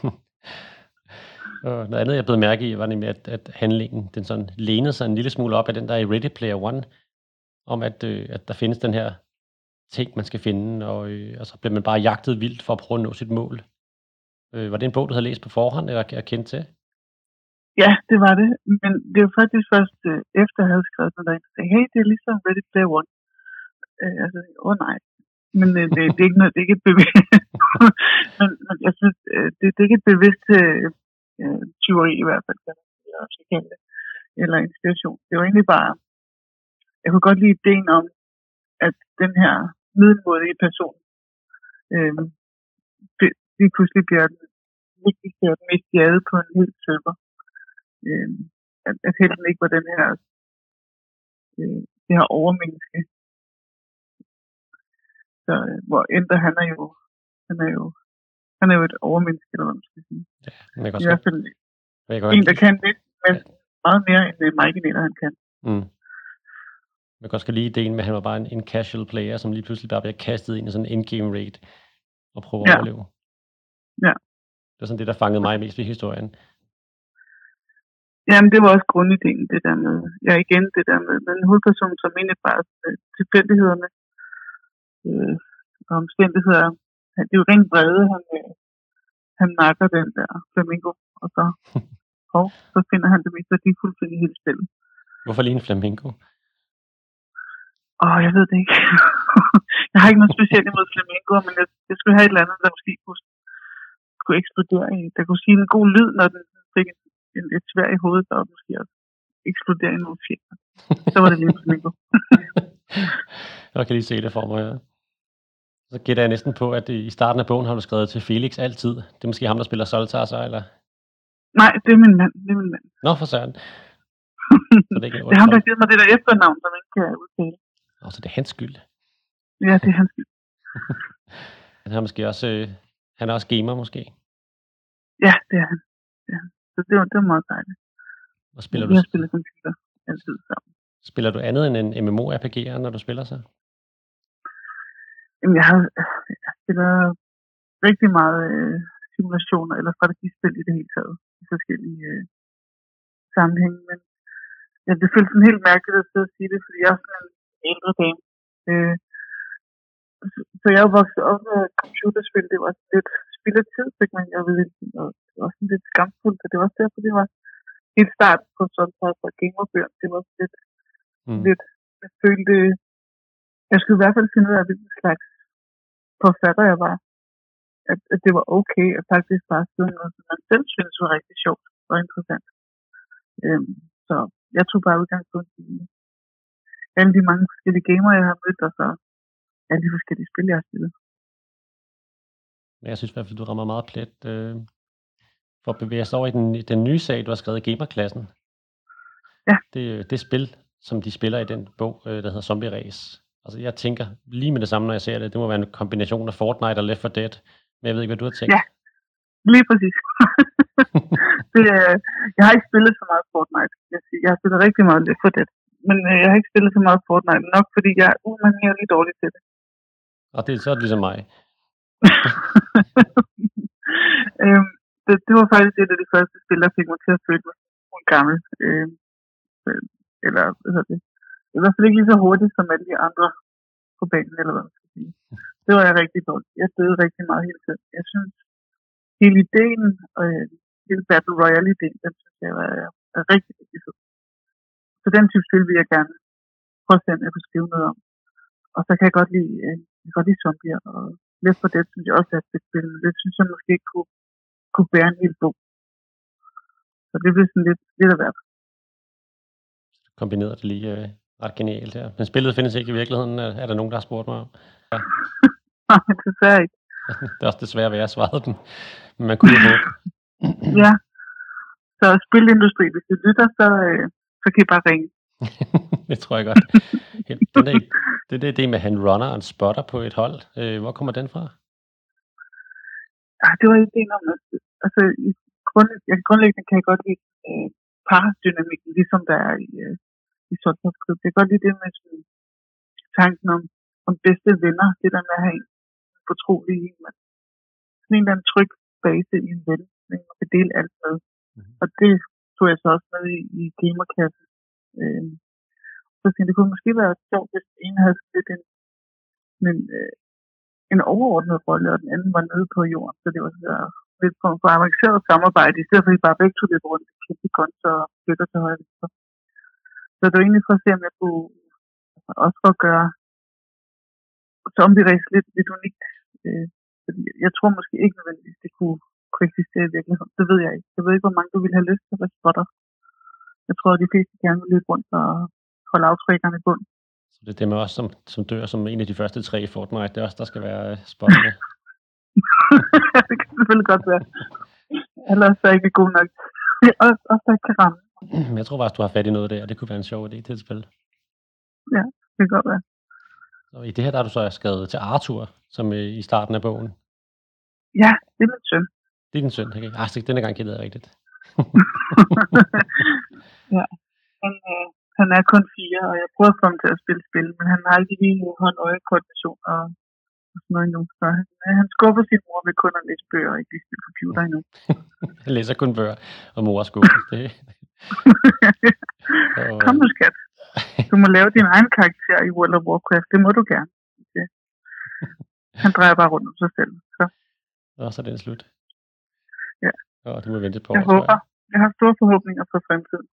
Og noget andet, jeg blev mærke i, var nemlig, at, at handlingen, den sådan lænede sig en lille smule op af den der i Ready Player One, om at, øh, at der findes den her ting, man skal finde, og, øh, og så bliver man bare jagtet vildt for at prøve at nå sit mål. Øh, var det en bog, du havde læst på forhånd, eller er kendt til? Ja, det var det. Men det var faktisk først øh, efter, jeg havde skrevet noget, der sagde, hey, det er ligesom Ready Player One. Øh, altså, åh oh, nej. Men øh, det, det, er ikke noget, det er ikke et bevidst... men, men jeg synes, øh, det, det er ikke et bevidst øh, tyveri i hvert fald, eller, eller inspiration. Det var egentlig bare... Jeg kunne godt lide ideen om, at den her middelmådige person øh, lige pludselig bliver den vigtigste og den mest jade på en hel server. Øh, at, at helten ikke var den her øh, det her overmenneske. Så, øh, hvor Ender, han er jo han er jo han er jo et overmenneske, eller hvad man skal sige. Ja, men i hvert fald en, der kan lidt, men ja. meget mere end Mikeinator, han kan. Mm. Man kan også lide ideen med, at han var bare en, en casual player, som lige pludselig bare bliver kastet ind i sådan en endgame raid og prøver ja. at overleve. Ja. Det var sådan det, der fangede mig mest ved historien. Jamen, det var også grundideen, det der med, ja igen, det der med den hovedperson, som egentlig bare tilfældighederne øh, og omstændigheder. Det er jo rent vrede, han, øh, han nakker den der flamingo, og så, og, så finder han det mest værdifulde ting i hele spillet. Hvorfor lige en flamingo? Åh, oh, jeg ved det ikke. Jeg har ikke noget specielt imod flamingoer, men jeg, jeg skulle have et eller andet, der måske kunne, skulle eksplodere i. Der kunne sige en god lyd, når den fik en, en, et svær i hovedet, og måske også eksplodere i nogle fjender. Så var det lige en flamingo. Jeg kan lige se det for mig, ja. Så gætter jeg næsten på, at i starten af bogen har du skrevet til Felix altid. Det er måske ham, der spiller Zoltar så, eller? Nej, det er min mand. Det er min mand. Nå, for søren. Så det, er ikke det er ham, der har givet mig det der efternavn, som jeg ikke kan udtale. Nå, så det er hans skyld. Ja, det er hans skyld. Han er måske også, øh, han er også gamer, måske? Ja, det er han. Ja. Så det var, det var meget dejligt. Og spiller Vi du, har spillet computer altid sammen. spiller du andet end en MMORPG'er, når du spiller så? Jamen, jeg har jeg spiller rigtig meget øh, simulationer eller strategispil i det hele taget. I forskellige øh, sammenhænge. Men ja, det føles sådan helt mærkeligt at sidde og sige det, fordi jeg er sådan en ældre dame. Øh, så, så jeg er vokset op med computerspil. Det var sådan lidt spild af tid, fik man jeg ved. Og det var sådan lidt skamfuldt, og det var også derfor, det var helt start på Zoltar og gamerbøger. Det var sådan lidt, mm. lidt, jeg følte, jeg skulle i hvert fald finde ud af, hvilken slags forfatter jeg var. At, at det var okay at faktisk bare skrive noget, som man selv synes var rigtig sjovt og interessant. Øhm, så jeg tog bare udgangspunkt i alle de mange forskellige gamer, jeg har mødt, og så alle de forskellige spil, jeg har spillet. Jeg synes i hvert fald, du rammer meget plet. Øh, for at bevæge sig over i den, den nye sag, du har skrevet i Gamerklassen. Ja. Det, det spil, som de spiller i den bog, øh, der hedder Zombie Race. Altså, jeg tænker lige med det samme, når jeg ser det. Det må være en kombination af Fortnite og Left four Dead. Men jeg ved ikke, hvad du har tænkt. Ja, lige præcis. det, øh, jeg har ikke spillet så meget Fortnite. Jeg, jeg har spillet rigtig meget Left four Dead. Men øh, jeg har ikke spillet så meget Fortnite nok, fordi jeg er umanerligt dårlig til det. Og det er så ligesom mig. øhm, det, det var faktisk et af de første spil, der fik mig til at føle mig som gammel. Øhm, eller hvad hedder det? I hvert fald ikke lige så hurtigt som alle de andre på banen, eller hvad man skal sige. Det var jeg rigtig dårlig. Jeg døde rigtig meget hele tiden. Jeg synes, hele ideen, og hele Battle Royale-ideen, den synes jeg er, er rigtig, rigtig fed. Så den type spil vil jeg gerne prøve at se, om jeg kunne skrive noget om. Og så kan jeg godt lide, øh, jeg kan godt lide zombier, og Left four Dead synes jeg også er et fedt spil, men det synes jeg måske ikke kunne, kunne bære en hel bog. Så det bliver sådan lidt, lidt af hvert. Kombineret det lige øh, ret genialt her. Men spillet findes ikke i virkeligheden, er, er der nogen, der har spurgt mig om? Ja. Nej, desværre ikke. Det er også desværre, hvad jeg svarede den. Men man kunne jo håbe. Ja. Så spilindustri, hvis du lytter, så, øh, så kan I bare ringe. Det tror jeg godt. Den der, det er det med, at han runner og en spotter på et hold. Øh, hvor kommer den fra? Ja, det var ideen om, at altså, i grund, ja, grundlæggende kan jeg godt lide øh, paradynamikken, ligesom der er i, øh, i Zoltar's klub. Jeg kan godt lide det med sådan, tanken om, om bedste venner, det der med at have en fortrolig i, men sådan en eller anden tryg base i en ven, man kan dele alt med. Mm-hmm. Og det tog jeg så også med i, i gamerkassen. Øh, så det kunne måske være sjovt, hvis den ene havde lidt en, en, øh, en overordnet rolle, og den anden var nede på jorden. Så det var så lidt for, for avanceret samarbejde, i stedet for at I bare begge tog lidt rundt, kæmpe konto og flytter til højre. Så det var egentlig for at se, om jeg kunne også for at gøre Zombie Race lidt, lidt unikt. Øh, fordi jeg tror måske ikke nødvendigvis, det kunne, kunne eksistere i virkeligheden. Det ved jeg ikke. Jeg ved ikke, hvor mange du ville have lyst til at være spotter. Jeg tror, at de fleste gerne vil løbe rundt og holde aftrækkerne i bund. Så det er dem også, som, som dør som en af de første tre i Fortnite. Det er også, der skal være spotterne. Det kan selvfølgelig godt være. Ellers er jeg ikke god nok. Også, også der kan ramme. Men jeg tror faktisk, du har fat i noget der, og det kunne være en sjov idé til et spil. Ja, det kan godt være. Og i det her, der har du så skrevet til Arthur, som i starten af bogen. Ja, det er min søn. Det er din søn, okay. Ah, så denne gang gættede jeg rigtigt. Ja, han, øh, han er kun fire, og jeg prøver at få ham til at spille spil, men han har ikke lige hånd-øje-koordination og, og sådan noget endnu. Så han, øh, han skubber sin mor ved kun at læse bøger og ikke lige spille computer endnu. Han læser kun bøger, og mor skubber. Det. og, Kom nu, skat. Du må lave din egen karakter i World of Warcraft. Det må du gerne. Okay. Han drejer bare rundt om sig selv. Så. Og så er den slut. Ja. Og du må vente på jeg år, håber. Jeg. jeg har store forhåbninger for fremtiden.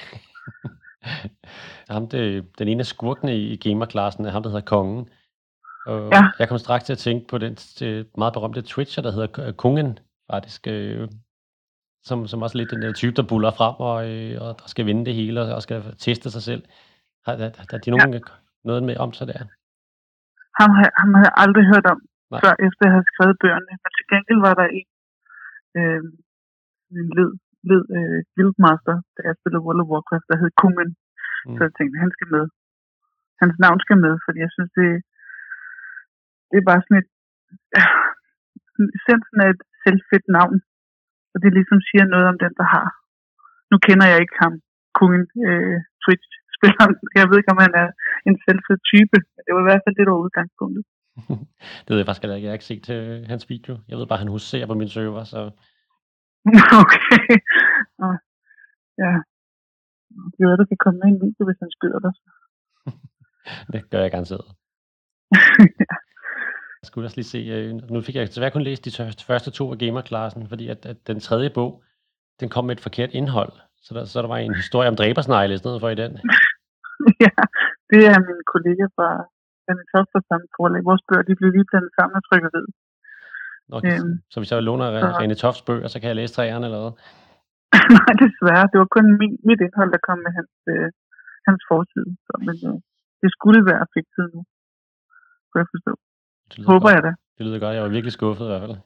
ham, det, den ene af skurkene i gamerklassen er ham, der hedder Kongen. Og ja. Jeg kom straks til at tænke på den meget berømte Twitcher, der hedder Kongen, faktisk. som, som også lidt den der type, der buller frem og, øh, og der skal vinde det hele og, og skal teste sig selv. Har, har, har de nogen ja. noget med om sig der? Ham har, ham har jeg aldrig hørt om, Nej. før efter jeg havde skrevet bøgerne. Men til gengæld var der en, øh, en led, led øh, guildmaster, da jeg spillede World of Warcraft, der hed Kumin. Mm. Så jeg tænkte, han skal med. Hans navn skal med, fordi jeg synes, det, det er bare sådan et... Øh, essensen af et selvfedt navn. Og det ligesom siger noget om den, der har. Nu kender jeg ikke ham, Kumin, øh, Twitch-spilleren. Jeg ved ikke, om han er en selvfed type. Det var i hvert fald det, der var udgangspunktet. Det ved jeg faktisk ikke. Jeg har ikke set øh, hans video. Jeg ved bare, at han huserer på min server, så... Okay. Og, ja. Det er, der kan komme med en video, hvis han skyder dig. Det gør jeg garanteret. Ja. Jeg skulle også lige se, øh, nu fik jeg desværre kun læst de tør- første to af gamerklassen, fordi at, at den tredje bog, den kom med et forkert indhold. Så der, så der var en historie om dræbersnegle i stedet for i den. Ja, det er min kollega fra René Toft fra samme forlag. Vores bøger, de blev lige blandet sammen af trykkeriet. Okay, øhm, så hvis jeg låner så... René Tofts bøger, så kan jeg læse træerne eller hvad? Nej, desværre. Det var kun min, mit indhold, der kom med hans, øh, hans forside. Så, men øh, det skulle være fikset nu, kunne jeg forstå. Håber godt. Jeg det. Det lyder godt. Jeg var virkelig skuffet i hvert fald.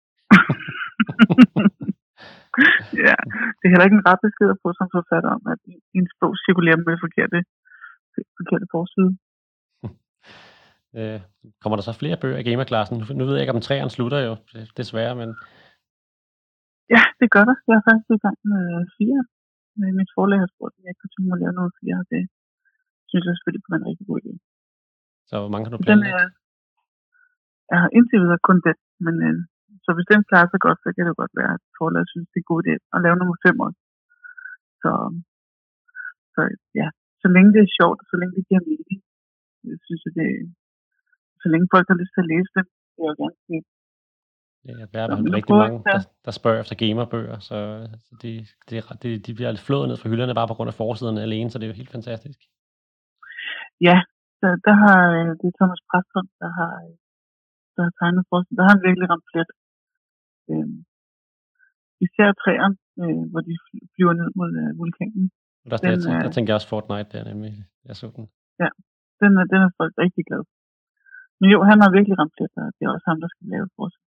Ja, det er heller ikke en ret besked at få som forfatter om, at ens bog cirkulerer med forkerte, forkerte forside. øh, kommer der så flere bøger i gamerklassen? Nu ved jeg ikke, om træerne slutter jo, desværre, men... Ja, det gør der. Jeg er faktisk i gang med fire. Med mit forlag har spurgt, at jeg ikke kunne tænke mig at lave noget fire, og det synes jeg selvfølgelig kunne være en rigtig god idé. Så hvor mange kan du planlægge? Jeg har indtil videre kun den, men øh, så hvis den klarer sig godt, så kan det godt være, at forlaget synes, det er en god idé at lave nummer fem også. Så, så ja, så længe det er sjovt, og så længe det giver mening, jeg synes jeg, det så længe folk har lyst til at læse det, det vil jeg gerne sige. Ja, der er så, rigtig mange, der, der spørger efter gamerbøger, så, så de, de, de, de bliver flået ned fra hylderne bare på grund af forsiderne alene, så det er jo helt fantastisk. Ja, der, der har det er Thomas Præstholm, der har der har tegnet forsiden. Der har han virkelig ramt plet. Øhm, især træerne, øh, hvor de flyver ned mod øh, vulkanen. Der, den, der, der, der tænker jeg også Fortnite der nemlig. Jeg så den. Ja, den er, den er folk rigtig glad. Men jo, han har virkelig ramt plet, og det er også ham, der skal lave forsiden.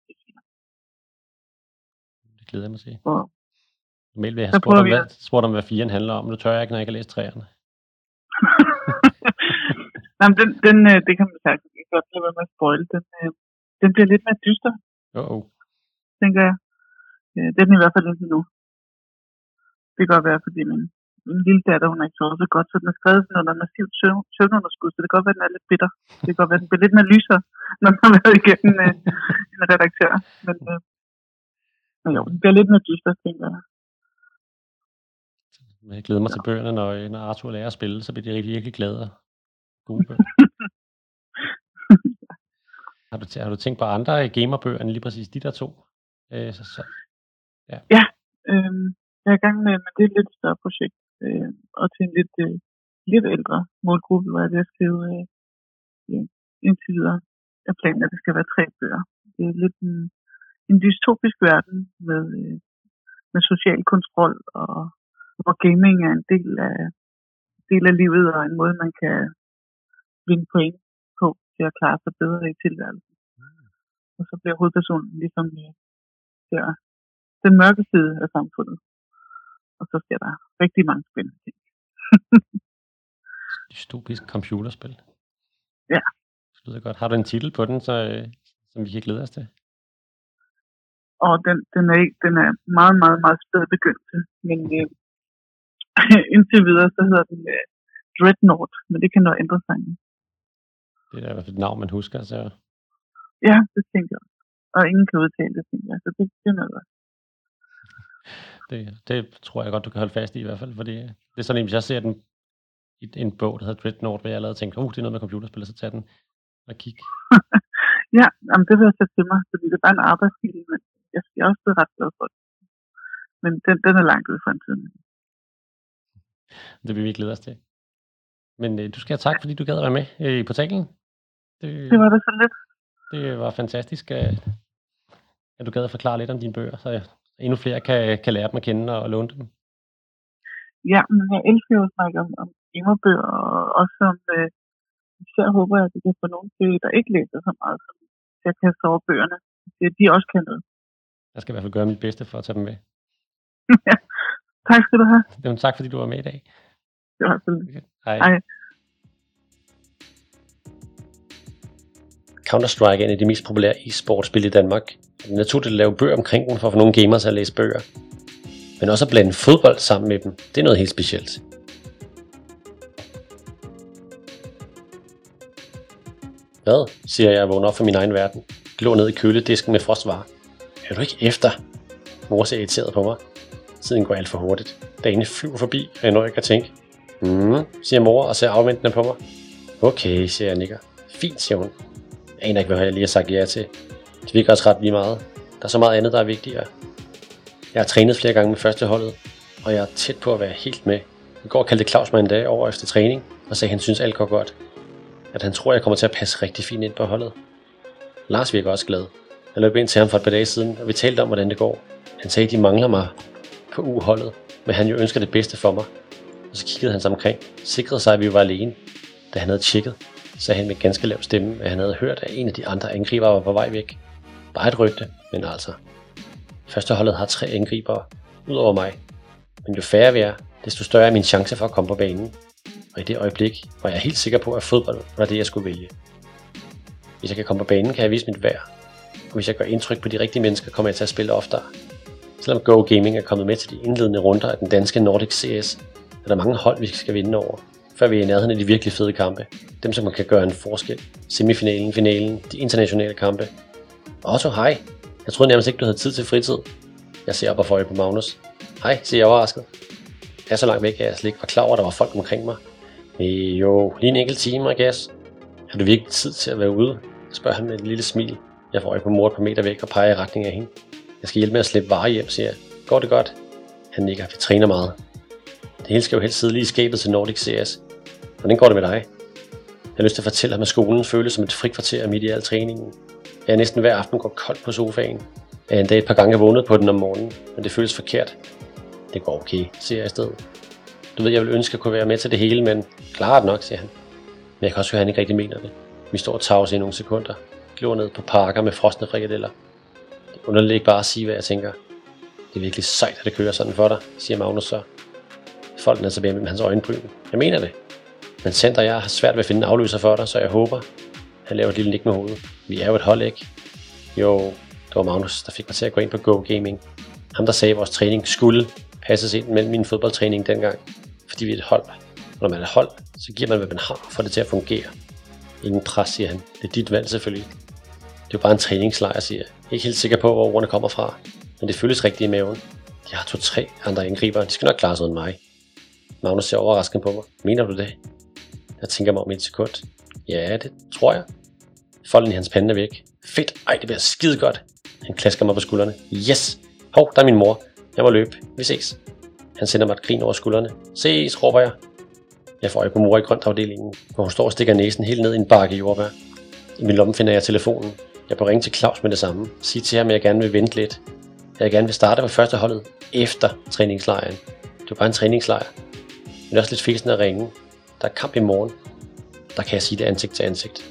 Det glæder jeg mig til. Og normalt vil jeg have spurgt om, hvad, spurgt om, hvad firen handler om. Nu tør jeg ikke, når jeg kan læse træerne. Nej, men den, den, det kan man faktisk ikke godt lade være med at spoil. Den, den bliver lidt mere dyster, Uh-oh. tænker jeg. Det er den i hvert fald indtil nu. Det kan godt være, fordi min, min lille datter, hun er ikke sovet så godt, så den er skrevet sådan noget massivt søvnunderskud, så det kan godt være, at den er lidt bitter. Det kan godt være, at den bliver lidt mere lyser, når den har været igennem øh, en redaktør. Men, øh, men jo, den bliver lidt mere dyster, tænker jeg. Jeg glæder mig ja. til bøgerne, når, når Arthur lærer at spille, så bliver de rigtig virkelig glade. Gode bøger. har, du, har du tænkt på andre gamerbøger end lige præcis de der to? Øh, så, så, ja, ja øh, jeg er i gang med, men det er et lidt større projekt. Øh, og til en lidt, øh, lidt ældre målgruppe, hvor jeg vil skrive øh, øh, indtil videre. Jeg planer, at det skal være tre bøger. Det er lidt en, en dystopisk verden med, øh, med social kontrol, og hvor gaming er en del af, del af livet, og en måde, man kan vinde point på til at klare sig bedre i tilværelsen. Mm. Og så bliver hovedpersonen ligesom der, den mørke side af samfundet. Og så sker der rigtig mange spændende ting. Dystopisk computerspil. Ja. Det lyder godt. Har du en titel på den, så, som vi kan glæde os til? Og den, den, er, ikke, den er meget, meget, meget spæd begyndelse. Men øh, indtil videre, så hedder den øh, Dreadnought, men det kan noget ændre sig. Det er i hvert fald et navn, man husker, så... Ja, det tænker jeg. Og ingen kan udtale det, tænker jeg. Så det, det er noget godt. Det, det tror jeg godt, du kan holde fast i i hvert fald, fordi det er sådan en, hvis jeg ser den i en bog, der hedder Dreadnought, hvor jeg allerede tænker, uh, det er noget med computerspil, så tager den og kig. Ja, jamen, det vil jeg sætte til mig, fordi det er bare en arbejdsstil, men jeg er også blevet ret glad for det. Men den, den er langt ude i fremtiden. Det vil vi glæde os til. Men øh, du skal have tak, fordi du gad at være med øh, i portalen. Det, det var det så lidt. Det var fantastisk, øh, at du gad at forklare lidt om dine bøger, så jeg endnu flere kan, kan lære dem at kende og låne dem. Ja, men jeg elsker jo at snakke om, om gamerbøger, og også om, øh, især håber jeg, at det kan få nogen til, der ikke læser så meget, som til at kaste over bøgerne. Det de også kan noget. Jeg skal i hvert fald gøre mit bedste for at tage dem med. Ja, tak skal du have. Det var en tak, fordi du var med i dag. Det var selvfølgelig. Okay. Hej. Hej. Counter-Strike er en af de mest populære e-sportspil i Danmark. Det er naturligt at lave bøger omkring den, for at få nogle gamere til at læse bøger. Men også at blande fodbold sammen med dem, det er noget helt specielt. Hvad? Siger jeg og vågner op fra min egen verden. Glår ned i køledisken med frostvarer. Hør du ikke efter? Mor ser irriteret på mig. Tiden går alt for hurtigt. Dagene flyver forbi, og jeg når ikke at tænke. Mm, siger mor og ser afventende på mig. Okay, siger jeg nikker. Fint, siger hun. Jeg aner ikke, hvad jeg lige har sagt ja til. Det virker også ret lige meget. Der er så meget andet, der er vigtigere. Jeg har trænet flere gange med førsteholdet, og jeg er tæt på at være helt med. I går kaldte Claus mig en dag over efter træning, og sagde, at han synes alt går godt. At han tror, jeg kommer til at passe rigtig fint ind på holdet. Lars virker også glad. Jeg løb ind til ham for et par dage siden, og vi talte om, hvordan det går. Han sagde, at de mangler mig på U-holdet, men han jo ønsker det bedste for mig. Og så kiggede han sig omkring, sikrede sig, at vi var alene. Da han havde tjekket, sagde han med ganske lav stemme, at han havde hørt, at en af de andre angribere var på vej væk. Bare et rygte, men altså. Førsteholdet har tre angribere, ud over mig. Men jo færre vi er, desto større er min chance for at komme på banen. Og i det øjeblik var jeg helt sikker på, at fodbold var det, jeg skulle vælge. Hvis jeg kan komme på banen, kan jeg vise mit værd. Og hvis jeg gør indtryk på de rigtige mennesker, kommer jeg til at spille oftere. Selvom Go Gaming er kommet med til de indledende runder af den danske Nordic C S, er der mange hold, vi skal vinde over, før vi er i nærheden af de virkelig fede kampe. Dem, som kan gøre en forskel. Semifinalen, finalen, de internationale kampe. Otto, hej. Jeg troede nærmest ikke, du havde tid til fritid. Jeg ser op og får øje på Magnus. Hej, siger jeg overrasket. Jeg er så langt væk, at jeg slet ikke var klar over, at der var folk omkring mig. Øh, jo, lige en enkelt time, I guess. Har du virkelig tid til at være ude? Spørger han med et lille smil. Jeg får øje på mor et par meter væk og peger i retning af hende. Jeg skal hjælpe med at slippe varer hjem, siger jeg. Går det godt? Han nikker. Vi træner meget. Det hele skal jo helst sidde lige i skabet til Nordic C S. Hvordan går det med dig? Jeg har lyst til at fortælle ham, at skolen føles som et frikvarter midt i al træningen. Jeg er næsten hver aften går koldt på sofaen. Jeg er endda et par gange vågnet på den om morgenen, men det føles forkert. Det går okay, siger jeg i stedet. Du ved, jeg vil ønske at kunne være med til det hele, men klart nok, siger han. Men jeg kan også høre, at han ikke rigtig mener det. Vi står og tavser i nogle sekunder. Glor ned på parker med frosne frikadeller. Det er underligt ikke bare at sige, hvad jeg tænker. Det er virkelig sejt, at det kører sådan for dig, siger Magnus så. Folden er tilbage med hans øjenbryn. Jeg mener det. Men Center og jeg har svært ved at finde en afløser for dig, så jeg håber. Han laver et lille nik med hovedet. Vi er jo et hold, ikke? Jo, det var Magnus, der fik mig til at gå ind på Go Gaming. Ham, der sagde, at vores træning skulle passes ind mellem min fodboldtræning dengang. Fordi vi er et hold. Og når man er et hold, så giver man, hvad man har, for det til at fungere. Ingen pres, siger han. Det er dit valg selvfølgelig. Det er jo bare en træningslejr, siger jeg. Jeg er ikke helt sikker på, hvor ordene kommer fra. Men det føles rigtigt i maven. De har to-tre andre angribere. De skal nok klare sig uden mig. Magnus ser overraskende på mig. Mener du det? Jeg tænker mig om et sekund. Ja, det tror jeg. Folden i hans pande er væk. Fedt. Ej, det bliver skide godt. Han klasker mig på skuldrene. Yes. Hov, der er min mor. Jeg må løbe. Vi ses. Han sender mig et grin over skuldrene. Ses, råber jeg. Jeg får øje på mor i grøntafdelingen, hvor hun står og stikker næsen helt ned i en bakke jordbær. I min lomme finder jeg telefonen. Jeg bør ringe til Claus med det samme. Sige til ham, at jeg gerne vil vente lidt. Jeg gerne vil starte på første holdet efter træningslejren. Det er bare en træningslejr. Men også lidt fæsende at ringe. Der er kamp i morgen. Der kan jeg sige det ansigt til ansigt.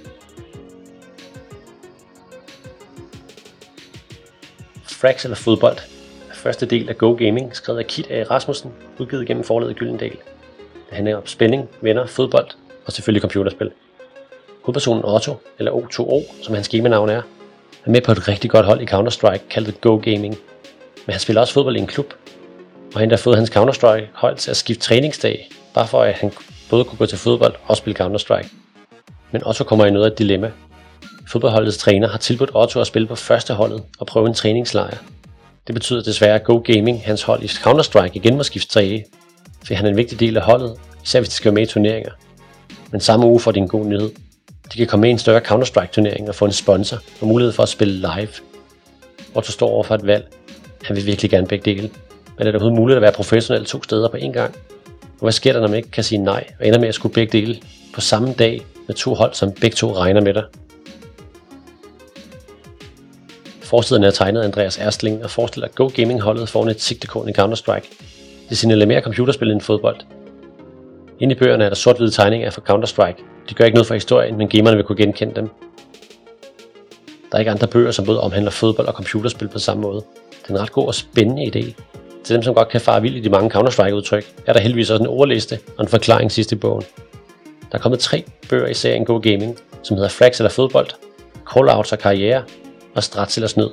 Frags eller fodbold er første del af Go Gaming, skrevet af Kit A. Rasmussen, udgivet gennem forlaget Gyldendal. Det handler om spænding, venner, fodbold og selvfølgelig computerspil. Hovedpersonen Otto, eller O to O, som hans gamenavn er, er med på et rigtig godt hold i Counter-Strike, kaldet Go Gaming. Men han spiller også fodbold i en klub, og han har fået hans Counter-Strike hold til at skifte træningsdag, bare for at han både kunne gå til fodbold og spille Counter-Strike. Men Otto kommer i noget af et dilemma. Fodboldholdets træner har tilbudt Otto at spille på første holdet og prøve en træningslejr. Det betyder desværre, at Go Gaming, hans hold i Counter-Strike, igen må skifte træne, for han er en vigtig del af holdet, især hvis de skal være med i turneringer. Men samme uge får de en god nyhed. De kan komme med i en større Counter-Strike turnering og få en sponsor og mulighed for at spille live. Otto står over for et valg. Han vil virkelig gerne begge dele. Men er det overhovedet muligt at være professionel to steder på én gang? Og hvad sker der, når man ikke kan sige nej og ender med at skulle begge dele på samme dag med to hold, som begge to regner med dig? Forsiden er tegnet af Andreas Erstling og forestiller Go Gaming-holdet foran et sigtekorn i Counter-Strike. Det signalerer mere computerspil end fodbold. Inde i bøgerne er der sort-hvide tegninger for Counter-Strike. De gør ikke noget for historien, men gamerne vil kunne genkende dem. Der er ikke andre bøger, som både omhandler fodbold og computerspil på samme måde. Det er en ret god og spændende idé. Til dem, som godt kan fare vild i de mange Counter-Strike-udtryk, er der heldigvis også en ordliste og en forklaring sidst i bogen. Der er kommet tre bøger i serien Go Gaming, som hedder Frags eller fodbold, Callouts og karriere og Strats eller snyd.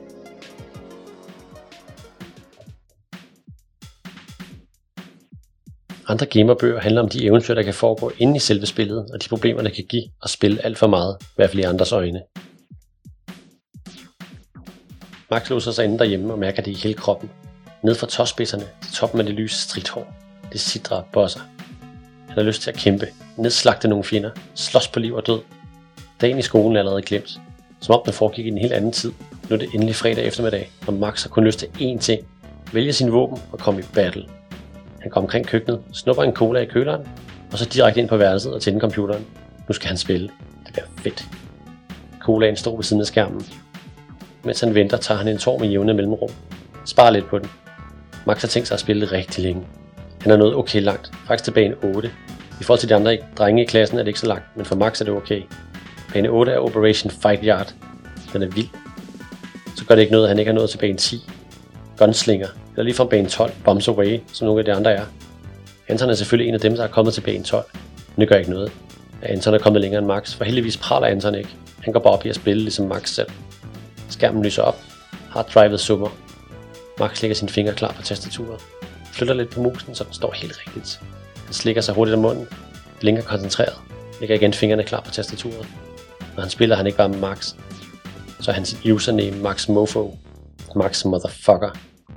Andre gamerbøger handler om de eventyr, der kan foregå inde i selve spillet, og de problemer, der kan give at spille alt for meget, i hvert fald i andres øjne. Max låser sig inde derhjemme og mærker det i hele kroppen. Ned fra tåspidserne til toppen af det lyse stridthår. Det sidrer og bosser. Han har lyst til at kæmpe, nedslagte nogle fjender, slås på liv og død. Dagen i skolen er allerede glemt, som om den foregik i en helt anden tid. Nu er det endelig fredag eftermiddag, og Max har kun lyst til én ting. Vælge sin våben og komme i battle. Han går omkring køkkenet, snupper en cola i køleren, og så direkte ind på værelset og tænder computeren. Nu skal han spille. Det bliver fedt. Colaen står ved siden af skærmen. Mens han venter, tager han en tår med jævne mellemrum. Sparer lidt på den. Max har tænkt sig at spille rigtig længe. Han er nået okay langt, faktisk til bane otte. I forhold til de andre drenge i klassen er det ikke så langt, men for Max er det okay. Bane otte er Operation Fight Yard. Den er vild. Så gør det ikke noget, at han ikke er nået til bane ti. Gunslinger, eller lige fra bane tolv, Bombs Away, som nogle af de andre er. Anton er selvfølgelig en af dem, der er kommet til bane tolv. Men det gør ikke noget, at Anton er kommet længere end Max, for heldigvis praler Anton ikke. Han går bare op i at spille ligesom Max selv. Skærmen lyser op. Harddrivet summer. Max lægger sine fingre klar på tastaturet. Flytter lidt på musen, så den står helt rigtigt. Han slikker sig hurtigt om munden. Blinker koncentreret. Lægger igen fingrene klar på tastaturet. Når han spiller, han ikke bare med Max. Så er hans username Max Mofo. Max motherfucker.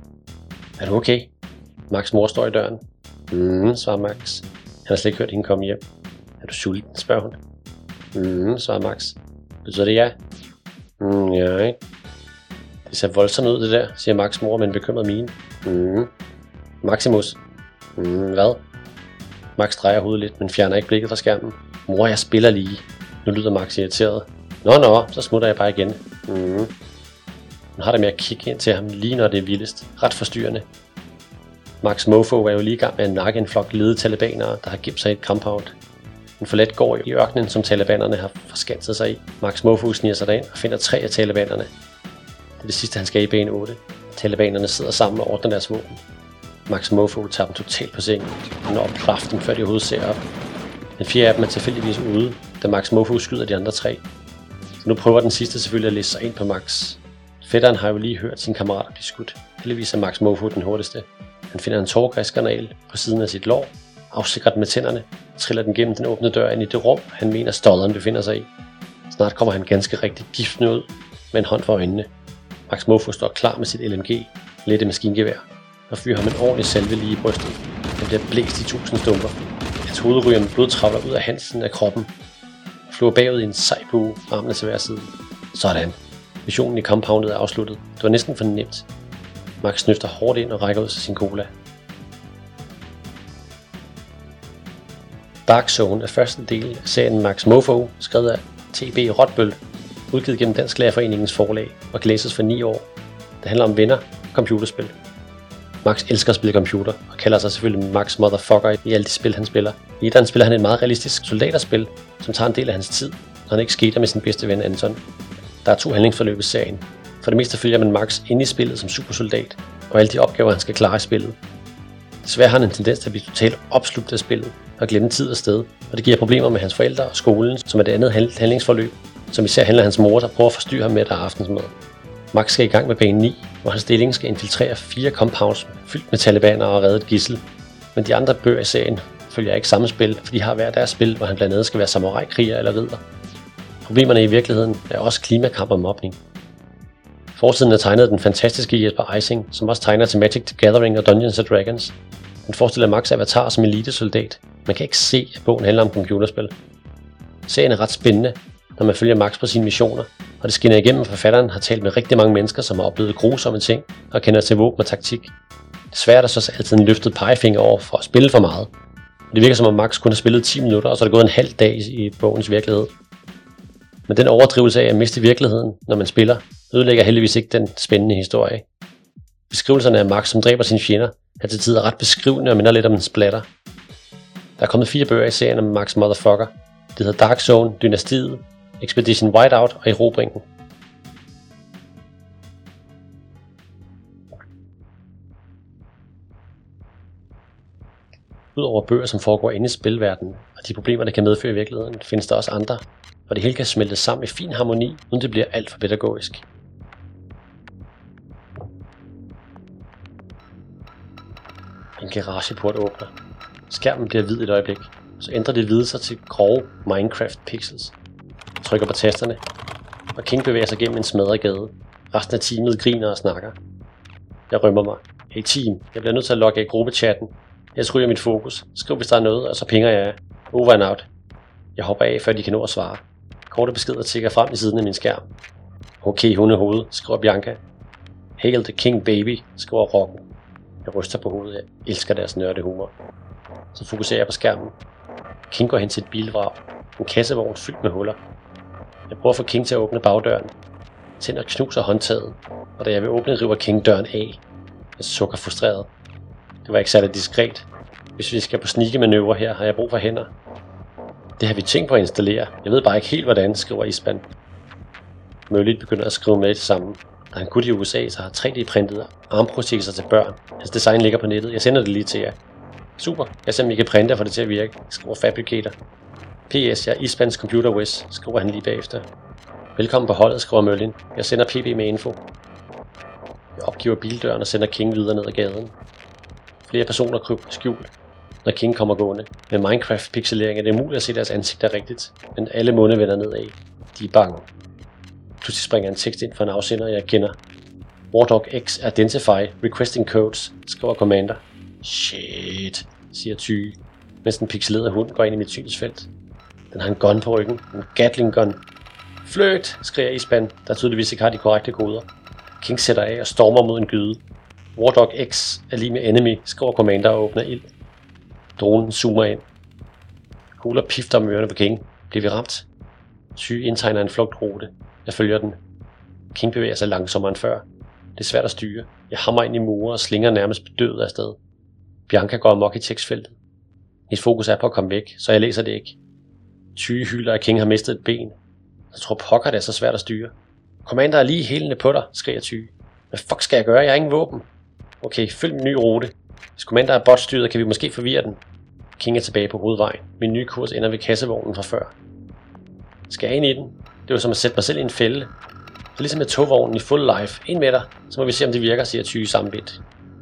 Er du okay? Max mor står i døren. Mm, svarer Max. Han har slet ikke hørt hende komme hjem. Er du sulten, spørger hun. Mm, svarer Max. Betyder det ja? Mm, ja, ikke? Det ser voldsomt ud det der, siger Max mor med en bekymret mine. Mm. Maximus. Mm, hvad? Max drejer hovedet lidt, men fjerner ikke blikket fra skærmen. Mor, jeg spiller lige. Nu lyder Max irriteret. Nå, nå, så smutter jeg bare igen. Mm. Hun har det med at kigge ind til ham, lige når det er vildest. Ret forstyrrende. Max Mofo er jo lige i gang med at nakke en flok lede talibanere, der har gemt sig i et compound. En forlet går i ørkenen, som talibanerne har forskanset sig i. Max Mofo sniger sig derind og finder tre af talibanerne. Det er det sidste, han skal i bane otte. Talibanerne sidder sammen og ordner deres våben. Max Mofo tager dem totalt på sengen. Han når plaften, før de overhovedet ser op. Den fjerde af dem er tilfældigvis ude, da Max Mofo skyder de andre tre. Så nu prøver den sidste selvfølgelig at læse sig ind på Max. Fætteren har jo lige hørt sin kammerater blive skudt. Heldigvis er Max Mofo den hurtigste. Han finder en tårgaskanal på siden af sit lår, afsikrer den med tænderne, og triller den gennem den åbne dør ind i det rum, han mener stodderen befinder sig i. Snart kommer han ganske rigtig giftende ud med en hånd for øjnene. Max Mofo står klar med sit L M G, lette maskingevær, og fyrer ham en ordentlig salve lige i brystet. Han bliver blæst i tusind stumper. Hans hoved ryger med blodtravler ud af halsen af kroppen. Flyver bagud i en sej bue, armene til hver side. Sådan. Missionen i compoundet er afsluttet. Det var næsten for nemt. Max snøfter hårdt ind og rækker ud til sin cola. Dark Zone er første del af serien Max Mofo, skrevet af T B Rotbøl, udgivet gennem Dansk Lærerforeningens forlag og kan læses for ni år. Det handler om venner og computerspil. Max elsker at spille computer og kalder sig selvfølgelig Max Motherfucker i alle de spil, han spiller. I etteren spiller han et meget realistisk soldaterspil, som tager en del af hans tid, når han ikke skater med sin bedste ven Anton. Der er to handlingsforløb i serien. For det meste følger man Max inde i spillet som supersoldat, og alle de opgaver, han skal klare i spillet. Desværre har han en tendens til at blive totalt opslugt af spillet og glemme tid og sted, og det giver problemer med hans forældre og skolen, som er det andet handlingsforløb, som især handler hans mor, der prøver at forstyrre ham med at der er aftensmad. Max skal i gang med bane ni, hvor hans stilling skal infiltrere fire compounds fyldt med talibanere og redde et gidsel. Men de andre bøger i serien følger ikke samme spil, for de har hver deres spil, hvor han blandt andet skal være samurai-kriger eller ridder. Problemerne i virkeligheden er også klimakamp og mobning. Forsiden er tegnet af den fantastiske Jesper Eising, som også tegner til Magic the Gathering og Dungeons and Dragons. Den forestiller Max avatar som elitesoldat. Man kan ikke se, at bogen handler om computerspil. Serien er ret spændende, når man følger Max på sine missioner, og det skinner igennem, at forfatteren har talt med rigtig mange mennesker, som har oplevet grusomme ting og kender til våben og taktik. Desværre er der så altid en løftet pegefinger over for at spille for meget. Det virker som om Max kun har spillet ti minutter, og så er der gået en halv dag i bogens virkelighed. Men den overdrivelse af at miste virkeligheden, når man spiller, ødelægger heldigvis ikke den spændende historie. Beskrivelserne af Max, som dræber sine fjender, er til tider ret beskrivende og minder lidt om en splatter. Der er kommet fire bøger i serien om Max Motherfucker. Det hedder Dark Zone, Dynastiet, Expedition Whiteout og Erobringen. Udover bøger, som foregår inde i spilverdenen, og de problemer, det kan medføre i virkeligheden, findes der også andre, og det hele kan smeltes sammen i fin harmoni, uden det bliver alt for pædagogisk. En garageport åbner. Skærmen bliver hvid et øjeblik, så ændrer det hvide sig til grove Minecraft pixels. Jeg trykker på tasterne, og King bevæger sig gennem en smadret gade. Resten af teamet griner og snakker. Jeg rømmer mig. Hey team, jeg bliver nødt til at logge af gruppechatten. Jeg ryger mit fokus. Skriv hvis der er noget, og så pinger jeg. Over and out. Jeg hopper af, før de kan nå at svare. Korte beskeder tikker frem i siden af min skærm. Okay, hundehoved, skriver Bianca. Hail the king baby, skriver Rocken. Jeg ryster på hovedet. Jeg elsker deres nørdehumor. Så fokuserer jeg på skærmen. King går hen til et bilvrag. En kassevogn fyldt med huller. Jeg prøver at få King til at åbne bagdøren. Tænder knuser håndtaget, og da jeg vil åbne, river King døren af. Jeg sukker frustreret. Det var ikke særlig diskret. Hvis vi skal på snikemanøvre her, har jeg brug for hænder. Det har vi tænkt på at installere. Jeg ved bare ikke helt hvordan, skriver Ispan. Mølligt begynder at skrive med det samme. Da han kunne i U S A, så har tre D-printet armproteser til børn. Hans design ligger på nettet. Jeg sender det lige til jer. Super. Jeg ser, om I kan printe og få det til at virke, skriver Fabricator. P S. Jeg er Ispans Computer Whiz, skriver han lige bagefter. Velkommen på holdet, skriver Merlin. Jeg sender P B med info. Jeg opgiver bildøren og sender King videre ned ad gaden. Flere personer kryber skjult, når King kommer gående. Med Minecraft-pixelering er det muligt at se deres ansigter rigtigt, men alle munde vender nedad. De er bange. Pludselig springer en tekst ind fra en afsender, jeg kender. Wardog X Identify Requesting Codes, skriver Commander. Shit, siger Tyge, mens den pixelerede hund går ind i mit synsfelt. Den har en gun på ryggen, en Gatling gun. Flygt, skriger Ispan, der tydeligvis ikke har de korrekte koder. King sætter af og stormer mod en gyde. Wardog X er lige med enemy, skriver Commander og åbner ild. Dronen zoomer ind. Kugler pifter om ørerne på King. Bliver vi ramt? Tyge indtegner en flugtrute. Jeg følger den. King bevæger sig langsommere end før. Det er svært at styre. Jeg hammer ind i mure og slinger nærmest bedøvet afsted. Bianca går amok i tekstfeltet. Mit fokus er på at komme væk, så jeg læser det ikke. Tyge hylder, at King har mistet et ben. Jeg tror pokker, det er så svært at styre. Commander er lige hælende på dig, skriger Tyge. Hvad fuck skal jeg gøre? Jeg har ingen våben. Okay, følg min nye rute. Hvis Commander er botstyret, kan vi måske forvirre den. King er tilbage på hovedvejen. Min nye kurs ender ved kassevognen fra før. Skal jeg ind i den? Det er jo som at sætte mig selv i en fælde. Så ligesom med togvognen i full life. Ind med dig, så må vi se om det virker, siger Tyge sammenbidt.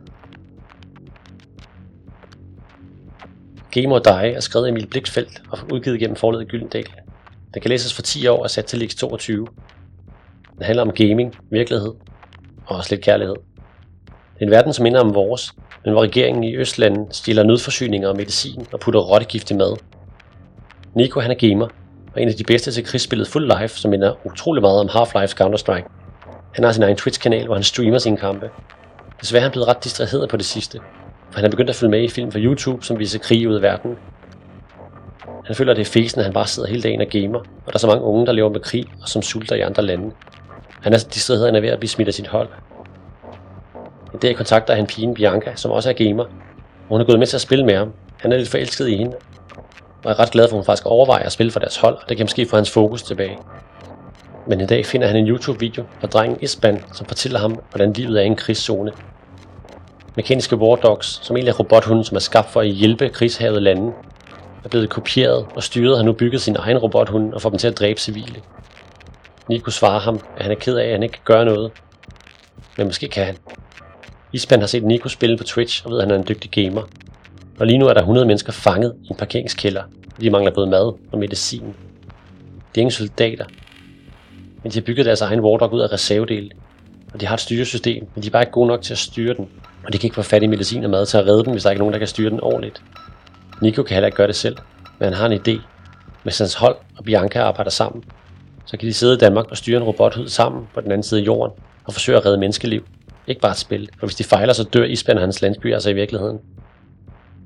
Game or Die er skrevet af Emil Blichfeldt og udgivet gennem forlaget Gyldendal. Den kan læses for ti år og sat til Lex toogtyve. Den handler om gaming, virkelighed og også lidt kærlighed. Det er en verden, som minder om vores, men hvor regeringen i Østlandet stjæler nødforsyninger og medicin og putter rottegift i mad. Nico han er gamer, og en af de bedste til krigsspillet Full Life, som minder utrolig meget om Half-Life Counter-Strike. Han har sin egen Twitch-kanal, hvor han streamer sine kampe. Desværre er han blevet ret distraheret på det sidste, for han er begyndt at følge med i film fra YouTube, som viser krig ud i verden. Han føler, det er fesen, at han bare sidder hele dagen og gamer, og der er så mange unge, der lever med krig og som sulter i andre lande. Han er så distraheret, at han er ved at blive smidt af sit hold. En dag kontakter han pigen Bianca, som også er gamer, og hun er gået med til at spille med ham. Han er lidt forelsket i hende, og er ret glad for, at hun faktisk overvejer at spille for deres hold, og det kan måske få hans fokus tilbage. Men en dag finder han en YouTube-video fra drengen Ispan, som fortæller ham, hvordan livet er i en krigszone. Mekaniske Wardogs, som egentlig er robothunde, som er skabt for at hjælpe krigshavede lande, er blevet kopieret, og styret har nu bygget sin egen robothunde og får dem til at dræbe civile. Nico svarer ham, at han er ked af, at han ikke kan gøre noget. Men måske kan han. Ispan har set Nico spille på Twitch og ved, at han er en dygtig gamer. Og lige nu er der hundrede mennesker fanget i en parkeringskælder, og de mangler både mad og medicin. De er ingen soldater, men de har bygget deres egen Wardog ud af reservedele. Og de har et styresystem, men de er bare ikke gode nok til at styre den. Og de kan ikke få fat i medicin og mad til at redde dem, hvis der ikke er nogen, der kan styre den ordentligt. Nico kan heller ikke gøre det selv, men han har en idé. Hvis hans hold og Bianca arbejder sammen, så kan de sidde i Danmark og styre en robothud sammen på den anden side af jorden og forsøge at redde menneskeliv. Ikke bare et spil, for hvis de fejler, så dør Ispan og hans landsby altså i virkeligheden.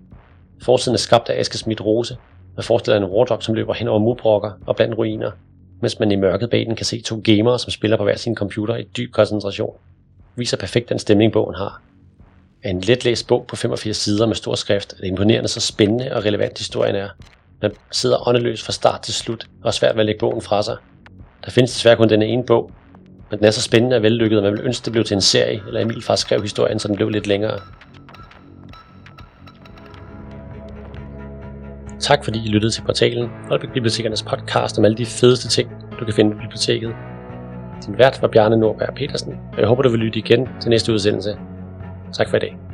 Forsiden er skabt af Aske Schmidt Rose, der forestiller en Wardog, som løber hen over murbrokker og blandt ruiner. mens man i mørket bag den kan se to gamere, som spiller på hver sin computer i dyb koncentration. Viser perfekt den stemning, bogen har. Er en letlæst bog på femogfirs sider med stor skrift, er det imponerende så spændende og relevant historien er. Man sidder åndeløs fra start til slut, og er svært ved at lægge bogen fra sig. Der findes desværre kun denne ene bog, men den er så spændende og vellykket, at man ville ønske, det blev til en serie, eller Emil faktisk skrev historien, så den blev lidt længere. Tak fordi I lyttede til portalen Holbæk Bibliotekernes podcast om alle de fedeste ting, du kan finde på biblioteket. Din vært var Bjarne Nordberg Petersen, og jeg håber, du vil lytte igen til næste udsendelse. Tak for i dag.